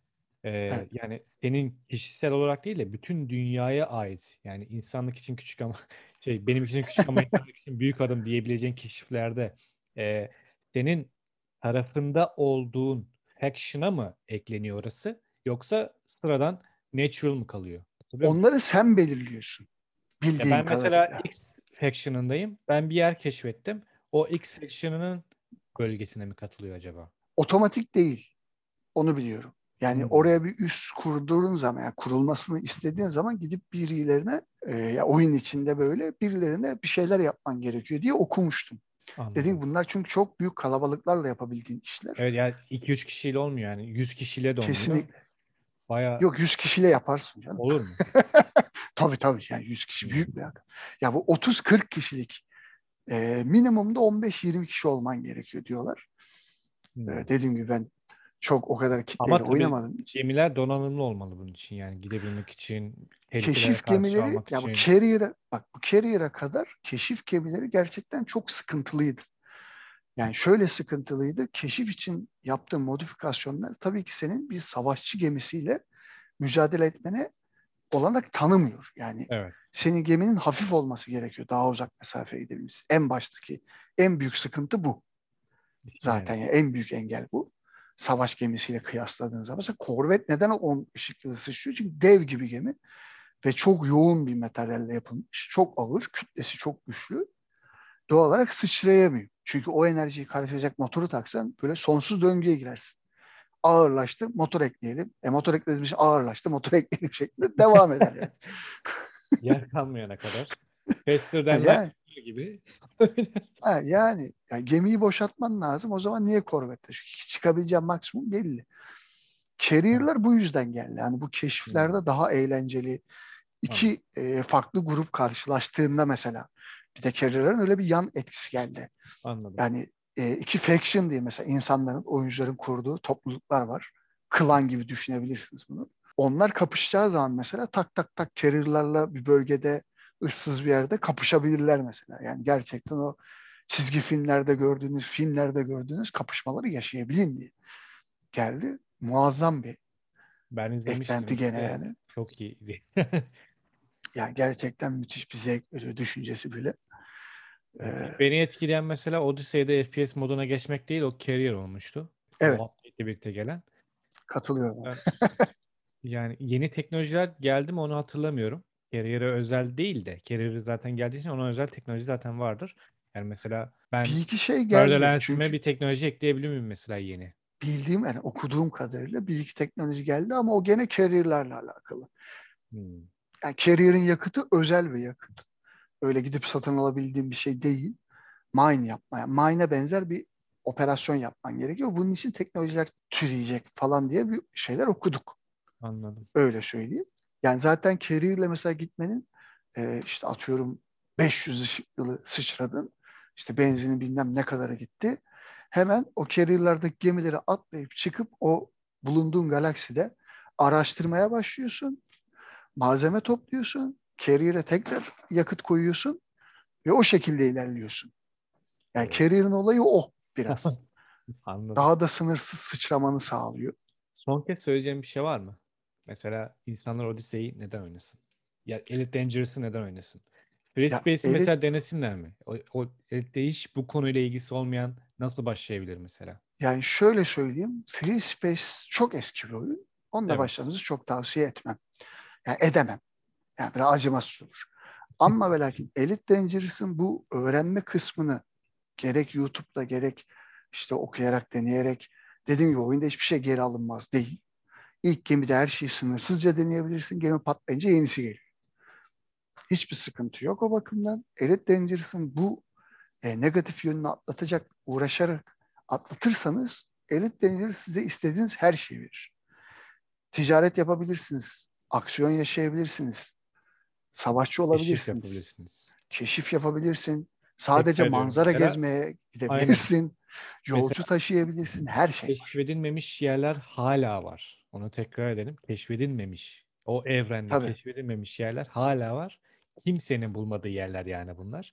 Ee, Evet. yani senin kişisel olarak değil de bütün dünyaya ait. Yani insanlık için küçük ama şey benim için küçük ama insanlık için büyük adım diyebileceğin keşiflerde e, senin tarafında olduğun faction'a mı ekleniyor orası yoksa sıradan natural mı kalıyor? Hatırlıyor musun? Onları sen belirliyorsun Ya bildiğim ben mesela kadarıyla. X faction'ındayım. Ben bir yer keşfettim. O X faction'ının bölgesine mi katılıyor acaba? Otomatik değil. Onu biliyorum. Yani Hmm, oraya bir üs kurduğun zaman, yani kurulmasını istediğin zaman gidip birilerine e, ya oyun içinde böyle birilerine bir şeyler yapman gerekiyor diye okumuştum. Dediğim anladım. bunlar çünkü çok büyük kalabalıklarla yapabildiğin işler. Evet yani iki üç kişiyle olmuyor yani. Yüz kişiyle de olmuyor. Kesinlikle. Baya Yok, yüz kişiyle yaparsın canım. olur mu? Tabii tabii, yani yüz kişi Hmm. büyük bir rakam. Ya bu otuz kırk kişilik e, minimumda on beş yirmi kişi olman gerekiyor diyorlar. E, Hmm. dediğim gibi ben çok o kadar kitleyle Ama tabii oynamadım hiç. gemiler donanımlı olmalı bunun için yani gidebilmek için, tehlikelere Keşif karşı gemileri, almak ya bu için. Carrier'a bak, bu Carrier'a kadar keşif gemileri gerçekten çok sıkıntılıydı. Yani şöyle sıkıntılıydı. Keşif için yaptığın modifikasyonlar tabii ki senin bir savaşçı gemisiyle mücadele etmene olanak tanımıyor. Yani Evet. senin geminin hafif olması gerekiyor. Daha uzak mesafeye gidebilmesi. En baştaki en büyük sıkıntı bu. Yani Zaten ya en büyük engel bu. Savaş gemisiyle kıyasladığın zaman. Mesela korvet neden on ışık yılı sıçrıyor? Çünkü dev gibi gemi ve çok yoğun bir materyalle yapılmış. Çok ağır, kütlesi çok güçlü. Doğal olarak sıçrayamıyor. Çünkü o enerjiyi karşılayacak motoru taksan böyle sonsuz döngüye girersin. Ağırlaştı, motor ekleyelim. E motor eklediğimiz için ağırlaştı, motor ekleyelim şeklinde devam eder yani. yer kalmayana kadar. Faster Ha, than light yani, gibi. ha, yani, yani gemiyi boşaltman lazım. O zaman niye korvette? Çünkü çıkabileceğin maksimum belli. Evet. Carrier'lar bu yüzden geldi. Yani bu Hmm. keşiflerde daha eğlenceli. Anladım. İki e, farklı grup karşılaştığında mesela bir de Carrier'ların öyle bir yan etkisi geldi. Anladım. Yani e, iki faction diye mesela insanların, oyuncuların kurduğu topluluklar var. Klan gibi düşünebilirsiniz bunu. Onlar kapışacağı zaman mesela tak tak tak carrier'larla bir bölgede, ıssız bir yerde kapışabilirler mesela. Yani gerçekten o çizgi filmlerde gördüğünüz, filmlerde gördüğünüz kapışmaları yaşayabilin diye geldi. Muazzam bir Ben eklenti izlemiştim. gene Ve yani. çok iyiydi. Yani gerçekten müthiş bir zevk veriyor düşüncesi bile. Evet. Ee, Beni etkileyen mesela Odyssey'de F P S moduna geçmek değil o Carrier olmuştu. evet, O update'le birlikte gelen. katılıyorum. Ben, yani yeni teknolojiler geldi mi onu hatırlamıyorum. Carrier'e özel değil de Carrier'e zaten geldiği için ona özel teknoloji zaten vardır. Yani mesela ben Bir iki şey geldi. Borderlands'ime Çünkü bir teknoloji ekleyebilir miyim mesela yeni? bildiğim, yani okuduğum kadarıyla bir iki teknoloji geldi ama o gene carrier'larla alakalı. Hmm. Yani carrier'in yakıtı özel bir yakıt. Öyle gidip satın alabildiğim bir şey değil. Mine yapmaya, mine'e benzer bir operasyon yapman gerekiyor. Bunun için teknolojiler türeyecek falan diye bir şeyler okuduk. Anladım. Öyle söyleyeyim. Yani zaten carrier'le mesela gitmenin e, işte atıyorum beş yüz ışık yılı sıçradın. İşte benzinin bilmem ne kadara gitti. Hemen o carrier'lardaki gemileri atlayıp çıkıp o bulunduğun galakside araştırmaya başlıyorsun. Malzeme topluyorsun. Carrier'e tekrar yakıt koyuyorsun ve o şekilde ilerliyorsun. Yani Oo. carrier'ın olayı o biraz. Anladım. Daha da sınırsız sıçramanı sağlıyor. Son kez söyleyeceğim bir şey var mı? Mesela insanlar Odyssey'i neden oynasın? Ya Elite Dangerous'ı neden oynasın? Free Ya Space'i elit mesela denesinler mi? O, o Elite'de hiç bu konuyla ilgisi olmayan nasıl başlayabilir mesela? Yani şöyle söyleyeyim, Free Space çok eski bir oyun. Onunla Evet. başlamanızı çok tavsiye etmem. Yani edemem. Yani biraz acımasız olur. Ama ve lakin Elite Dangerous'ın bu öğrenme kısmını gerek YouTube'da gerek işte okuyarak, deneyerek, dediğim gibi oyunda hiçbir şey geri alınmaz değil. İlk gemide her şeyi sınırsızca deneyebilirsin. Gemi patlayınca yenisi geliyor. Hiçbir sıkıntı yok o bakımdan. Elite Dangerous'ın bu e, negatif yönünü atlatacak, uğraşarak atlatırsanız Elite Dangerous size istediğiniz her şeyi verir. Ticaret yapabilirsiniz, aksiyon yaşayabilirsiniz, savaşçı Keşif olabilirsiniz, yapabilirsiniz. keşif yapabilirsin, sadece Tekrar ediyorum manzara mesela. gezmeye Aynen. gidebilirsin, yolcu Mesela taşıyabilirsin, her şey var. keşfedilmemiş yerler hala var. Onu tekrar edelim. Keşfedilmemiş. O evrende Tabii, keşfedilmemiş yerler hala var. Kimsenin bulmadığı yerler yani bunlar.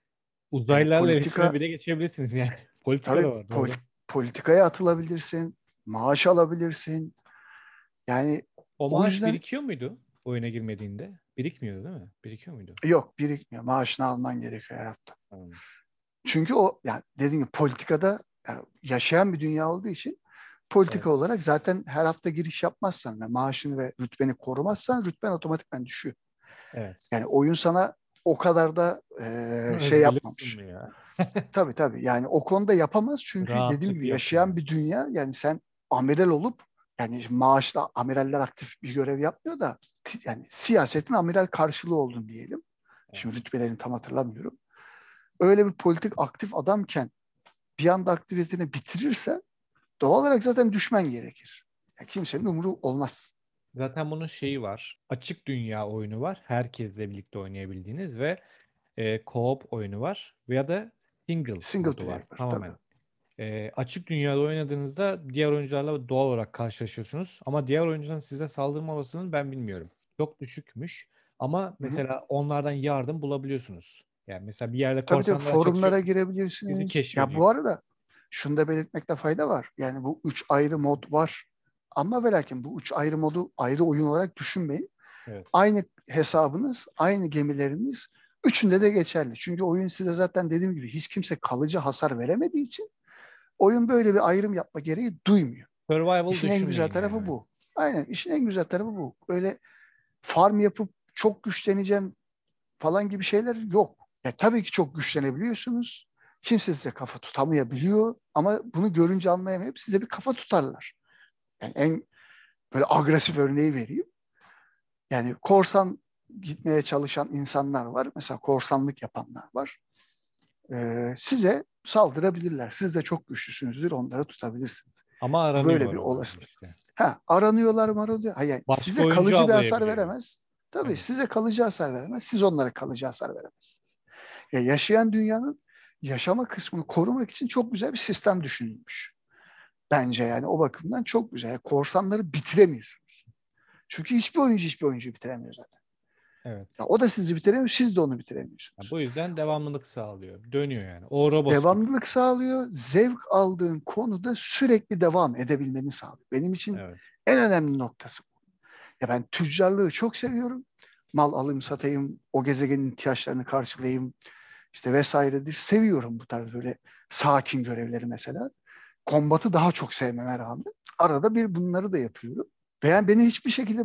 e, Uzaylılarla iletişime politika, bile geçebilirsiniz yani. Politika tabii da var pol- doğru. politikaya atılabilirsin, maaş alabilirsin, Yani O o maaş yüzden birikiyor muydu oyuna girmediğinde? Birikmiyordu değil mi? Birikiyor muydu? yok, birikmiyor. Maaşını alman gerekiyor her hafta. Hmm. Çünkü o, yani dediğim gibi politikada yani yaşayan bir dünya olduğu için politika Evet. olarak zaten her hafta giriş yapmazsan ve maaşını ve rütbeni korumazsan rütben otomatikman düşüyor. Evet. Yani oyun sana o kadar da e, şey Özgürlük yapmamış. sunmuyor. Tabii tabii, yani o konuda yapamaz çünkü dediğim Rahatlık gibi yok yaşayan yani. bir dünya, yani sen amiral olup, yani maaşla amiraller aktif bir görev yapmıyor da yani siyasetin amiral karşılığı oldun diyelim. Evet. Şimdi rütbelerini tam hatırlamıyorum. Öyle bir politik aktif adamken bir anda aktiviteni bitirirsen doğal olarak zaten düşmen gerekir. Yani kimsenin umuru olmaz. Zaten bunun şeyi var. Açık dünya oyunu var. Herkesle birlikte oynayabildiğiniz ve e, co-op oyunu var. Veya da single Single modu var. player var tabii. Tamamen. E, açık dünyada oynadığınızda diğer oyuncularla doğal olarak karşılaşıyorsunuz. Ama diğer oyuncuların size saldırma olasılığını ben bilmiyorum. Çok düşükmüş. Ama Hı hı. mesela onlardan yardım bulabiliyorsunuz. Yani mesela bir yerde Tabii tabii, korsanlar çatışıyor. forumlara Sizi girebilirsiniz. Ya keşfediyor. bu arada şunu da belirtmekte fayda var. Yani bu üç ayrı mod var. Ama ve lakin bu üç ayrı modu ayrı oyun olarak düşünmeyin. Evet. Aynı hesabınız, aynı gemileriniz üçünde de geçerli. Çünkü oyun size zaten dediğim gibi hiç kimse kalıcı hasar veremediği için oyun böyle bir ayrım yapma gereği duymuyor. Survival İşin en güzel düşünmeyin tarafı yani. bu. Aynen, işin en güzel tarafı bu. Öyle farm yapıp çok güçleneceğim falan gibi şeyler yok. Ya, tabii ki çok güçlenebiliyorsunuz. Kimse size kafa tutamayabiliyor ama bunu görünce anlayamayıp size bir kafa tutarlar. Yani en böyle agresif örneği vereyim. Yani korsan gitmeye çalışan insanlar var. Mesela korsanlık yapanlar var. Ee, size saldırabilirler. Siz de çok güçlüsünüzdür, onları tutabilirsiniz. Ama Bu böyle aranıyorlar bir o zaman olasılık. işte. Ha, aranıyorlar mı aranıyor? Hayır, Başka size oyuncu kalıcı bir hasar avlayabiliyor. veremez. Tabii Evet. size kalıcı hasar veremez. Siz onlara kalıcı hasar veremezsiniz. Ya, yaşayan dünyanın yaşama kısmını korumak için çok güzel bir sistem düşünülmüş. Bence yani o bakımdan çok güzel. Yani korsanları bitiremiyorsunuz. Çünkü hiçbir oyuncu hiçbir oyuncuyu bitiremiyor zaten. Evet. Ya, o da sizi bitiremiyor, siz de onu Ya bitiremiyorsunuz. bu yüzden devamlılık sağlıyor. Dönüyor yani. Ouroboros gibi. Devamlılık sağlıyor, zevk aldığın konuda sürekli devam edebilmeni sağlıyor. Benim için Evet. en önemli noktası bu. Ya, ben tüccarlığı çok seviyorum. Mal alayım, satayım, o gezegenin ihtiyaçlarını karşılayayım, işte vesairedir. Seviyorum bu tarz böyle sakin görevleri mesela. Kombatı daha çok sevmeme rağmen arada bir bunları da yapıyorum. Ve yani beni hiçbir şekilde,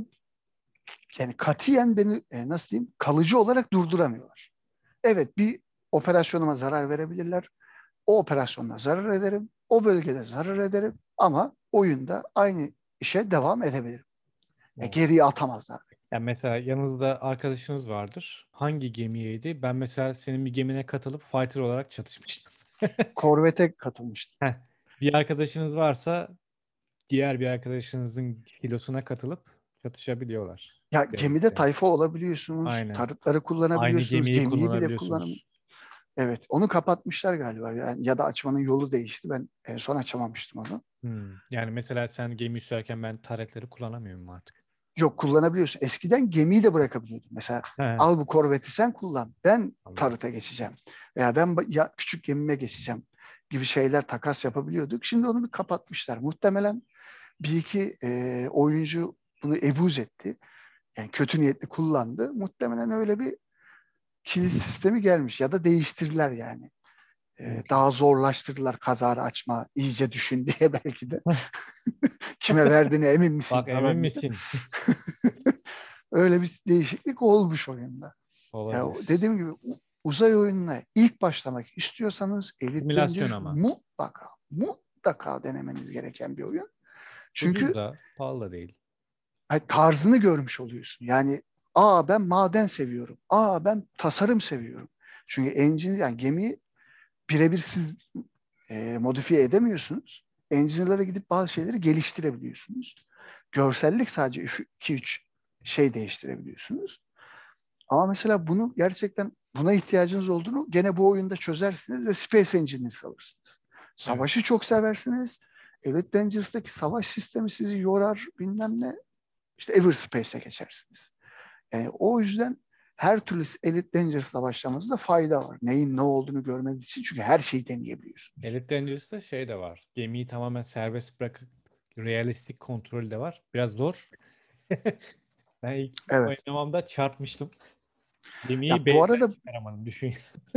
yani katiyen beni e, nasıl diyeyim, kalıcı olarak durduramıyorlar. Evet, bir operasyonuma zarar verebilirler. O operasyonda zarar ederim. O bölgede zarar ederim. Ama oyunda aynı işe devam edebilirim. Ya, Evet. geriye atamazlar. Yani mesela yanınızda arkadaşınız vardır. Hangi gemiyeydi? Ben mesela senin bir gemine katılıp fighter olarak çatışmıştım. Korvete katılmıştım. Heh. Bir arkadaşınız varsa diğer bir arkadaşınızın filosuna katılıp çatışabiliyorlar. Ya, gemide Devletlerin. tayfa olabiliyorsunuz. Aynen. Tarıtları Aynı kullanabiliyorsunuz. gemiyi Gemiyi bile kullanın. kullanabiliyorsunuz. Evet, onu kapatmışlar galiba. Yani, ya da açmanın yolu değişti. Ben en son açamamıştım onu. Hmm. Yani mesela sen gemi sürerken ben taretleri kullanamıyorum artık. Yok, kullanabiliyorsun. Eskiden gemiyi de bırakabiliyordun. Mesela He, al bu korveti sen kullan. Ben anladım. tarıta geçeceğim. Veya ben ba- ya küçük gemime geçeceğim gibi şeyler, takas yapabiliyorduk. Şimdi onu bir kapatmışlar. Muhtemelen bir iki e, oyuncu bunu ebuz etti. Yani kötü niyetli kullandı. Muhtemelen öyle bir kilit sistemi gelmiş ya da değiştirdiler yani. E, Mümkün. daha zorlaştırdılar kazara açma, iyice düşün diye belki de. Kime verdiğine emin misin Bak emin falan diye. misin? Öyle bir değişiklik olmuş oyunda. Ya, Olabilir. dediğim gibi uzay oyununa ilk başlamak istiyorsanız Elite Simülasyon Dangerous ama. mutlaka mutlaka denemeniz gereken bir oyun. Ucuz Çünkü da pahalı da değil. hani tarzını görmüş oluyorsun. Yani, aa, ben maden seviyorum. Aa, ben tasarım seviyorum. Çünkü engine, yani gemiyi birebir siz e, modifiye edemiyorsunuz. Engine'lara gidip bazı şeyleri geliştirebiliyorsunuz. Görsellik sadece iki üç şey değiştirebiliyorsunuz. Ama mesela bunu gerçekten, buna ihtiyacınız olduğunu gene bu oyunda çözersiniz ve Space Engineers alırsınız. Evet. Savaşı çok seversiniz. Elite Dangerous'taki savaş sistemi sizi yorar, bilmem ne. İşte Everspace'e geçersiniz. Yani o yüzden her türlü Elite Dangerous'la başlamanızda fayda var. Neyin ne olduğunu görmeniz için, çünkü her şeyi deneyebiliyorsunuz. Elite Dangerous'ta şey de var. Gemiyi tamamen serbest bırakıp realistik kontrolü de var. Biraz zor. Ben ilk Evet. oynamamda çarpmıştım. Gemiyi Ya bu base'den arada çıkaramadım. Düşün.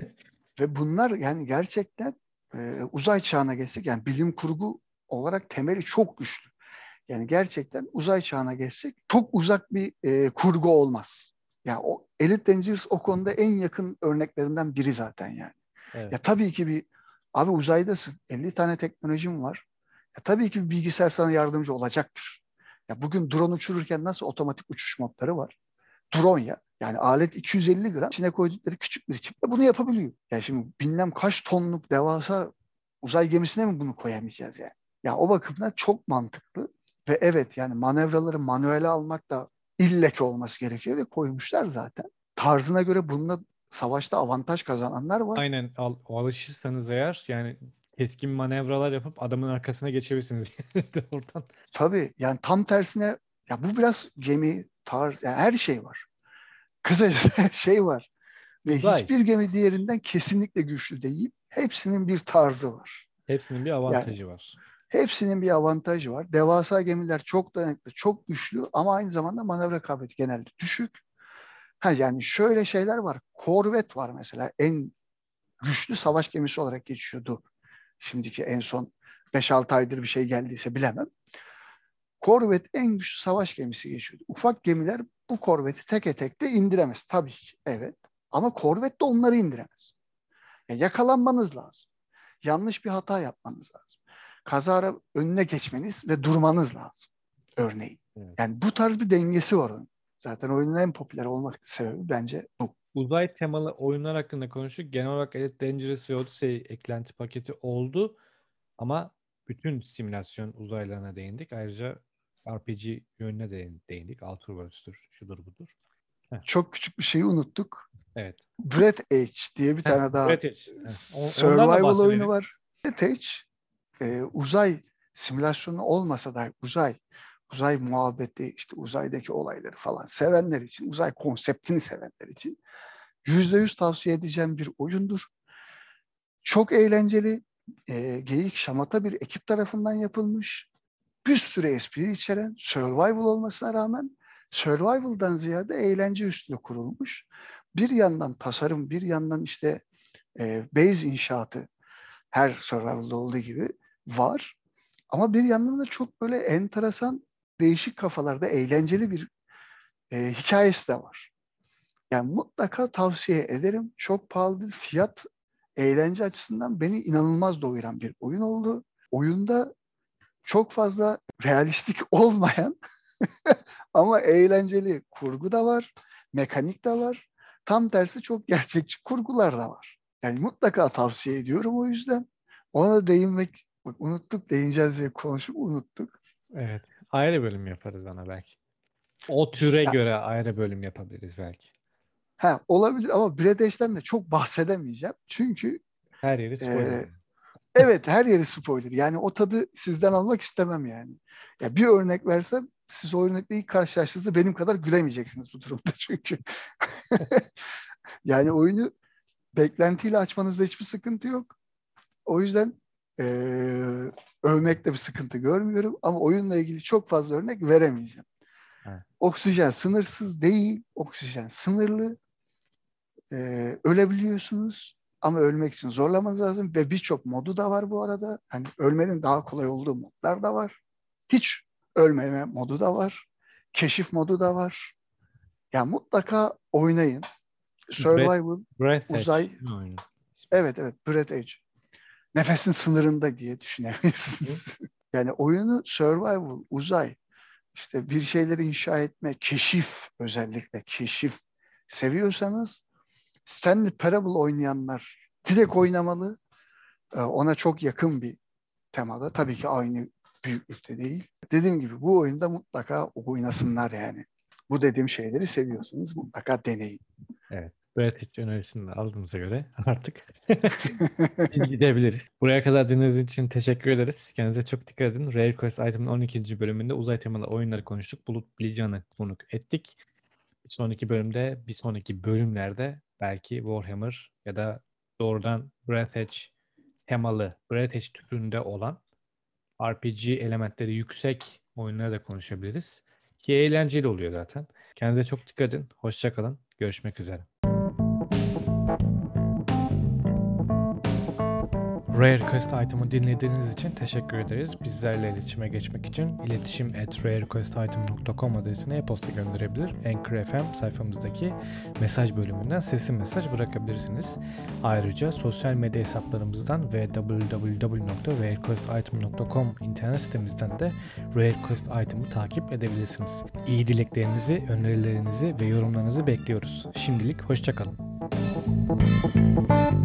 ve bunlar yani gerçekten e, uzay çağına geçsek yani bilim kurgu olarak temeli çok güçlü. Yani gerçekten uzay çağına geçsek çok uzak bir e, kurgu olmaz. Ya o Elite Dangerous o konuda en yakın örneklerinden biri zaten yani. Evet. Ya tabii ki bir abi uzaydasın. elli tane teknolojim var. Ya tabii ki bir bilgisayar sana yardımcı olacaktır. Ya bugün drone uçururken nasıl otomatik uçuş modları var? Drone ya. Yani alet iki yüz elli gram. İçine koydukları küçük bir çiple bunu yapabiliyor. Yani şimdi bilmem kaç tonluk devasa uzay gemisine mi bunu koyamayacağız yani? Ya o bakımdan çok mantıklı. Ve evet yani manevraları manuele almak da illaki olması gerekiyor ve koymuşlar zaten. Tarzına göre bununla savaşta avantaj kazananlar var. Aynen al, alışırsanız eğer yani keskin manevralar yapıp adamın arkasına geçebilirsiniz. Oradan. Tabii yani tam tersine ya bu biraz gemi, tarz, yani her şey var. Kısacası her şey var. Ve Uzay. hiçbir gemi diğerinden kesinlikle güçlü değil. Hepsinin bir tarzı var. Hepsinin bir Yani avantajı var. hepsinin bir avantajı var. Devasa gemiler çok dayanıklı, çok güçlü ama aynı zamanda manevra kabiliyeti genelde düşük. Ha yani şöyle şeyler var. Korvet var mesela en güçlü savaş gemisi olarak geçiyordu. Şimdiki en son beş altı aydır bir şey geldiyse bilemem. Korvet en güçlü savaş gemisi geçiyordu. Ufak gemiler bu korveti teke tek de indiremez. Tabii ki evet. Ama korvet de onları indiremez. Ya yakalanmanız lazım. Yanlış bir hata yapmanız lazım. Kazara önüne geçmeniz ve durmanız lazım. Örneğin. Evet. Yani bu tarz bir dengesi var onun. Zaten oyunun en popüler olmak sebebi bence bu. Uzay temalı oyunlar hakkında konuştuk. Genel olarak Elite Dangerous ve Odyssey eklenti paketi oldu. Ama bütün simülasyon uzaylarına değindik. Ayrıca R P G yönüne de değindik. Outer Worlds'tür, şudur budur. Heh, Çok küçük bir şeyi unuttuk. evet. Breath Edge diye bir Heh, tane daha British. Heh, o- ondan da survival oyunu bahsedelim. var. Breath Edge e, uzay simülasyonu olmasa da uzay uzay muhabbeti işte uzaydaki olayları falan sevenler için uzay konseptini sevenler için yüzde yüz tavsiye edeceğim bir oyundur. Çok eğlenceli. E, geyik şamata bir ekip tarafından yapılmış. Bir sürü espri içeren survival olmasına rağmen survival'dan ziyade eğlence üstüne kurulmuş. Bir yandan tasarım, bir yandan işte e, base inşaatı her survival'da olduğu gibi var. Ama bir yandan da çok böyle enteresan, değişik kafalarda eğlenceli bir e, hikayesi de var. Yani mutlaka tavsiye ederim. Çok pahalı bir fiyat, eğlence açısından beni inanılmaz doyuran bir oyun oldu. Oyunda çok fazla realistik olmayan ama eğlenceli kurgu da var, mekanik de var. Tam tersi çok gerçekçi kurgular da var. Yani mutlaka tavsiye ediyorum o yüzden. Ona da değinmek bak unuttuk, değineceğiz diye konuşup unuttuk. Evet. Ayrı bölüm yaparız ona belki. O türe Ya, göre ayrı bölüm yapabiliriz belki. ha, olabilir ama Bradash'ten de çok bahsedemeyeceğim. Çünkü Her yeri e, spoiler. evet her yeri spoiler. Yani o tadı sizden almak istemem yani. Ya bir örnek versem siz o örnekle ilk karşılaştığınızda benim kadar gülemeyeceksiniz bu durumda çünkü. Yani oyunu beklentiyle açmanızda hiçbir sıkıntı yok. O yüzden eee övmekte bir sıkıntı görmüyorum ama oyunla ilgili çok fazla örnek veremeyeceğim. Ha. Oksijen sınırsız değil, oksijen sınırlı. Eee, ölebiliyorsunuz ama ölmek için zorlamanız lazım ve birçok modu da var bu arada. Hani ölmenin daha kolay olduğu modlar da var. Hiç ölmeme modu da var. Keşif modu da var. Yani mutlaka oynayın. Breath, Survival, Breathedge uzay, değil mi oyunun ismi? evet evet Breath Edge. Nefesin sınırında diye Hı hı. düşünebilirsiniz. Yani oyunu survival, uzay, işte bir şeyleri inşa etme, keşif özellikle keşif seviyorsanız Stanley Parable oynayanlar direkt oynamalı. Ee, Ona çok yakın bir temada. Tabii ki aynı büyüklükte değil. Dediğim gibi bu oyunda mutlaka oynasınlar yani. Bu dediğim şeyleri seviyorsanız mutlaka deneyin. Evet. Breathedge önerisini de aldığımıza göre artık biz gidebiliriz. Buraya kadar dinlediğiniz için teşekkür ederiz. Kendinize çok dikkat edin. Rare Quest Item'ın on ikinci bölümünde uzay temalı oyunları konuştuk. Bulut Bilgehan'ı konuk ettik. Bir sonraki bölümde, bir sonraki bölümlerde belki Warhammer ya da doğrudan Breathedge temalı, Breathedge türünde olan R P G elementleri yüksek oyunları da konuşabiliriz. Ki eğlenceli oluyor zaten. Kendinize çok dikkat edin. Hoşça kalın. Görüşmek üzere. Rare Request Item'ı dinlediğiniz için teşekkür ederiz. Bizlerle iletişime geçmek için iletişim at rare request item nokta com adresine e-posta gönderebilir. Anchor F M sayfamızdaki mesaj bölümünden sesli mesaj bırakabilirsiniz. Ayrıca sosyal medya hesaplarımızdan ve w w w nokta rare request item nokta com internet sitemizden de Rare Request Item'ı takip edebilirsiniz. İyi dileklerinizi, önerilerinizi ve yorumlarınızı bekliyoruz. Şimdilik hoşça kalın.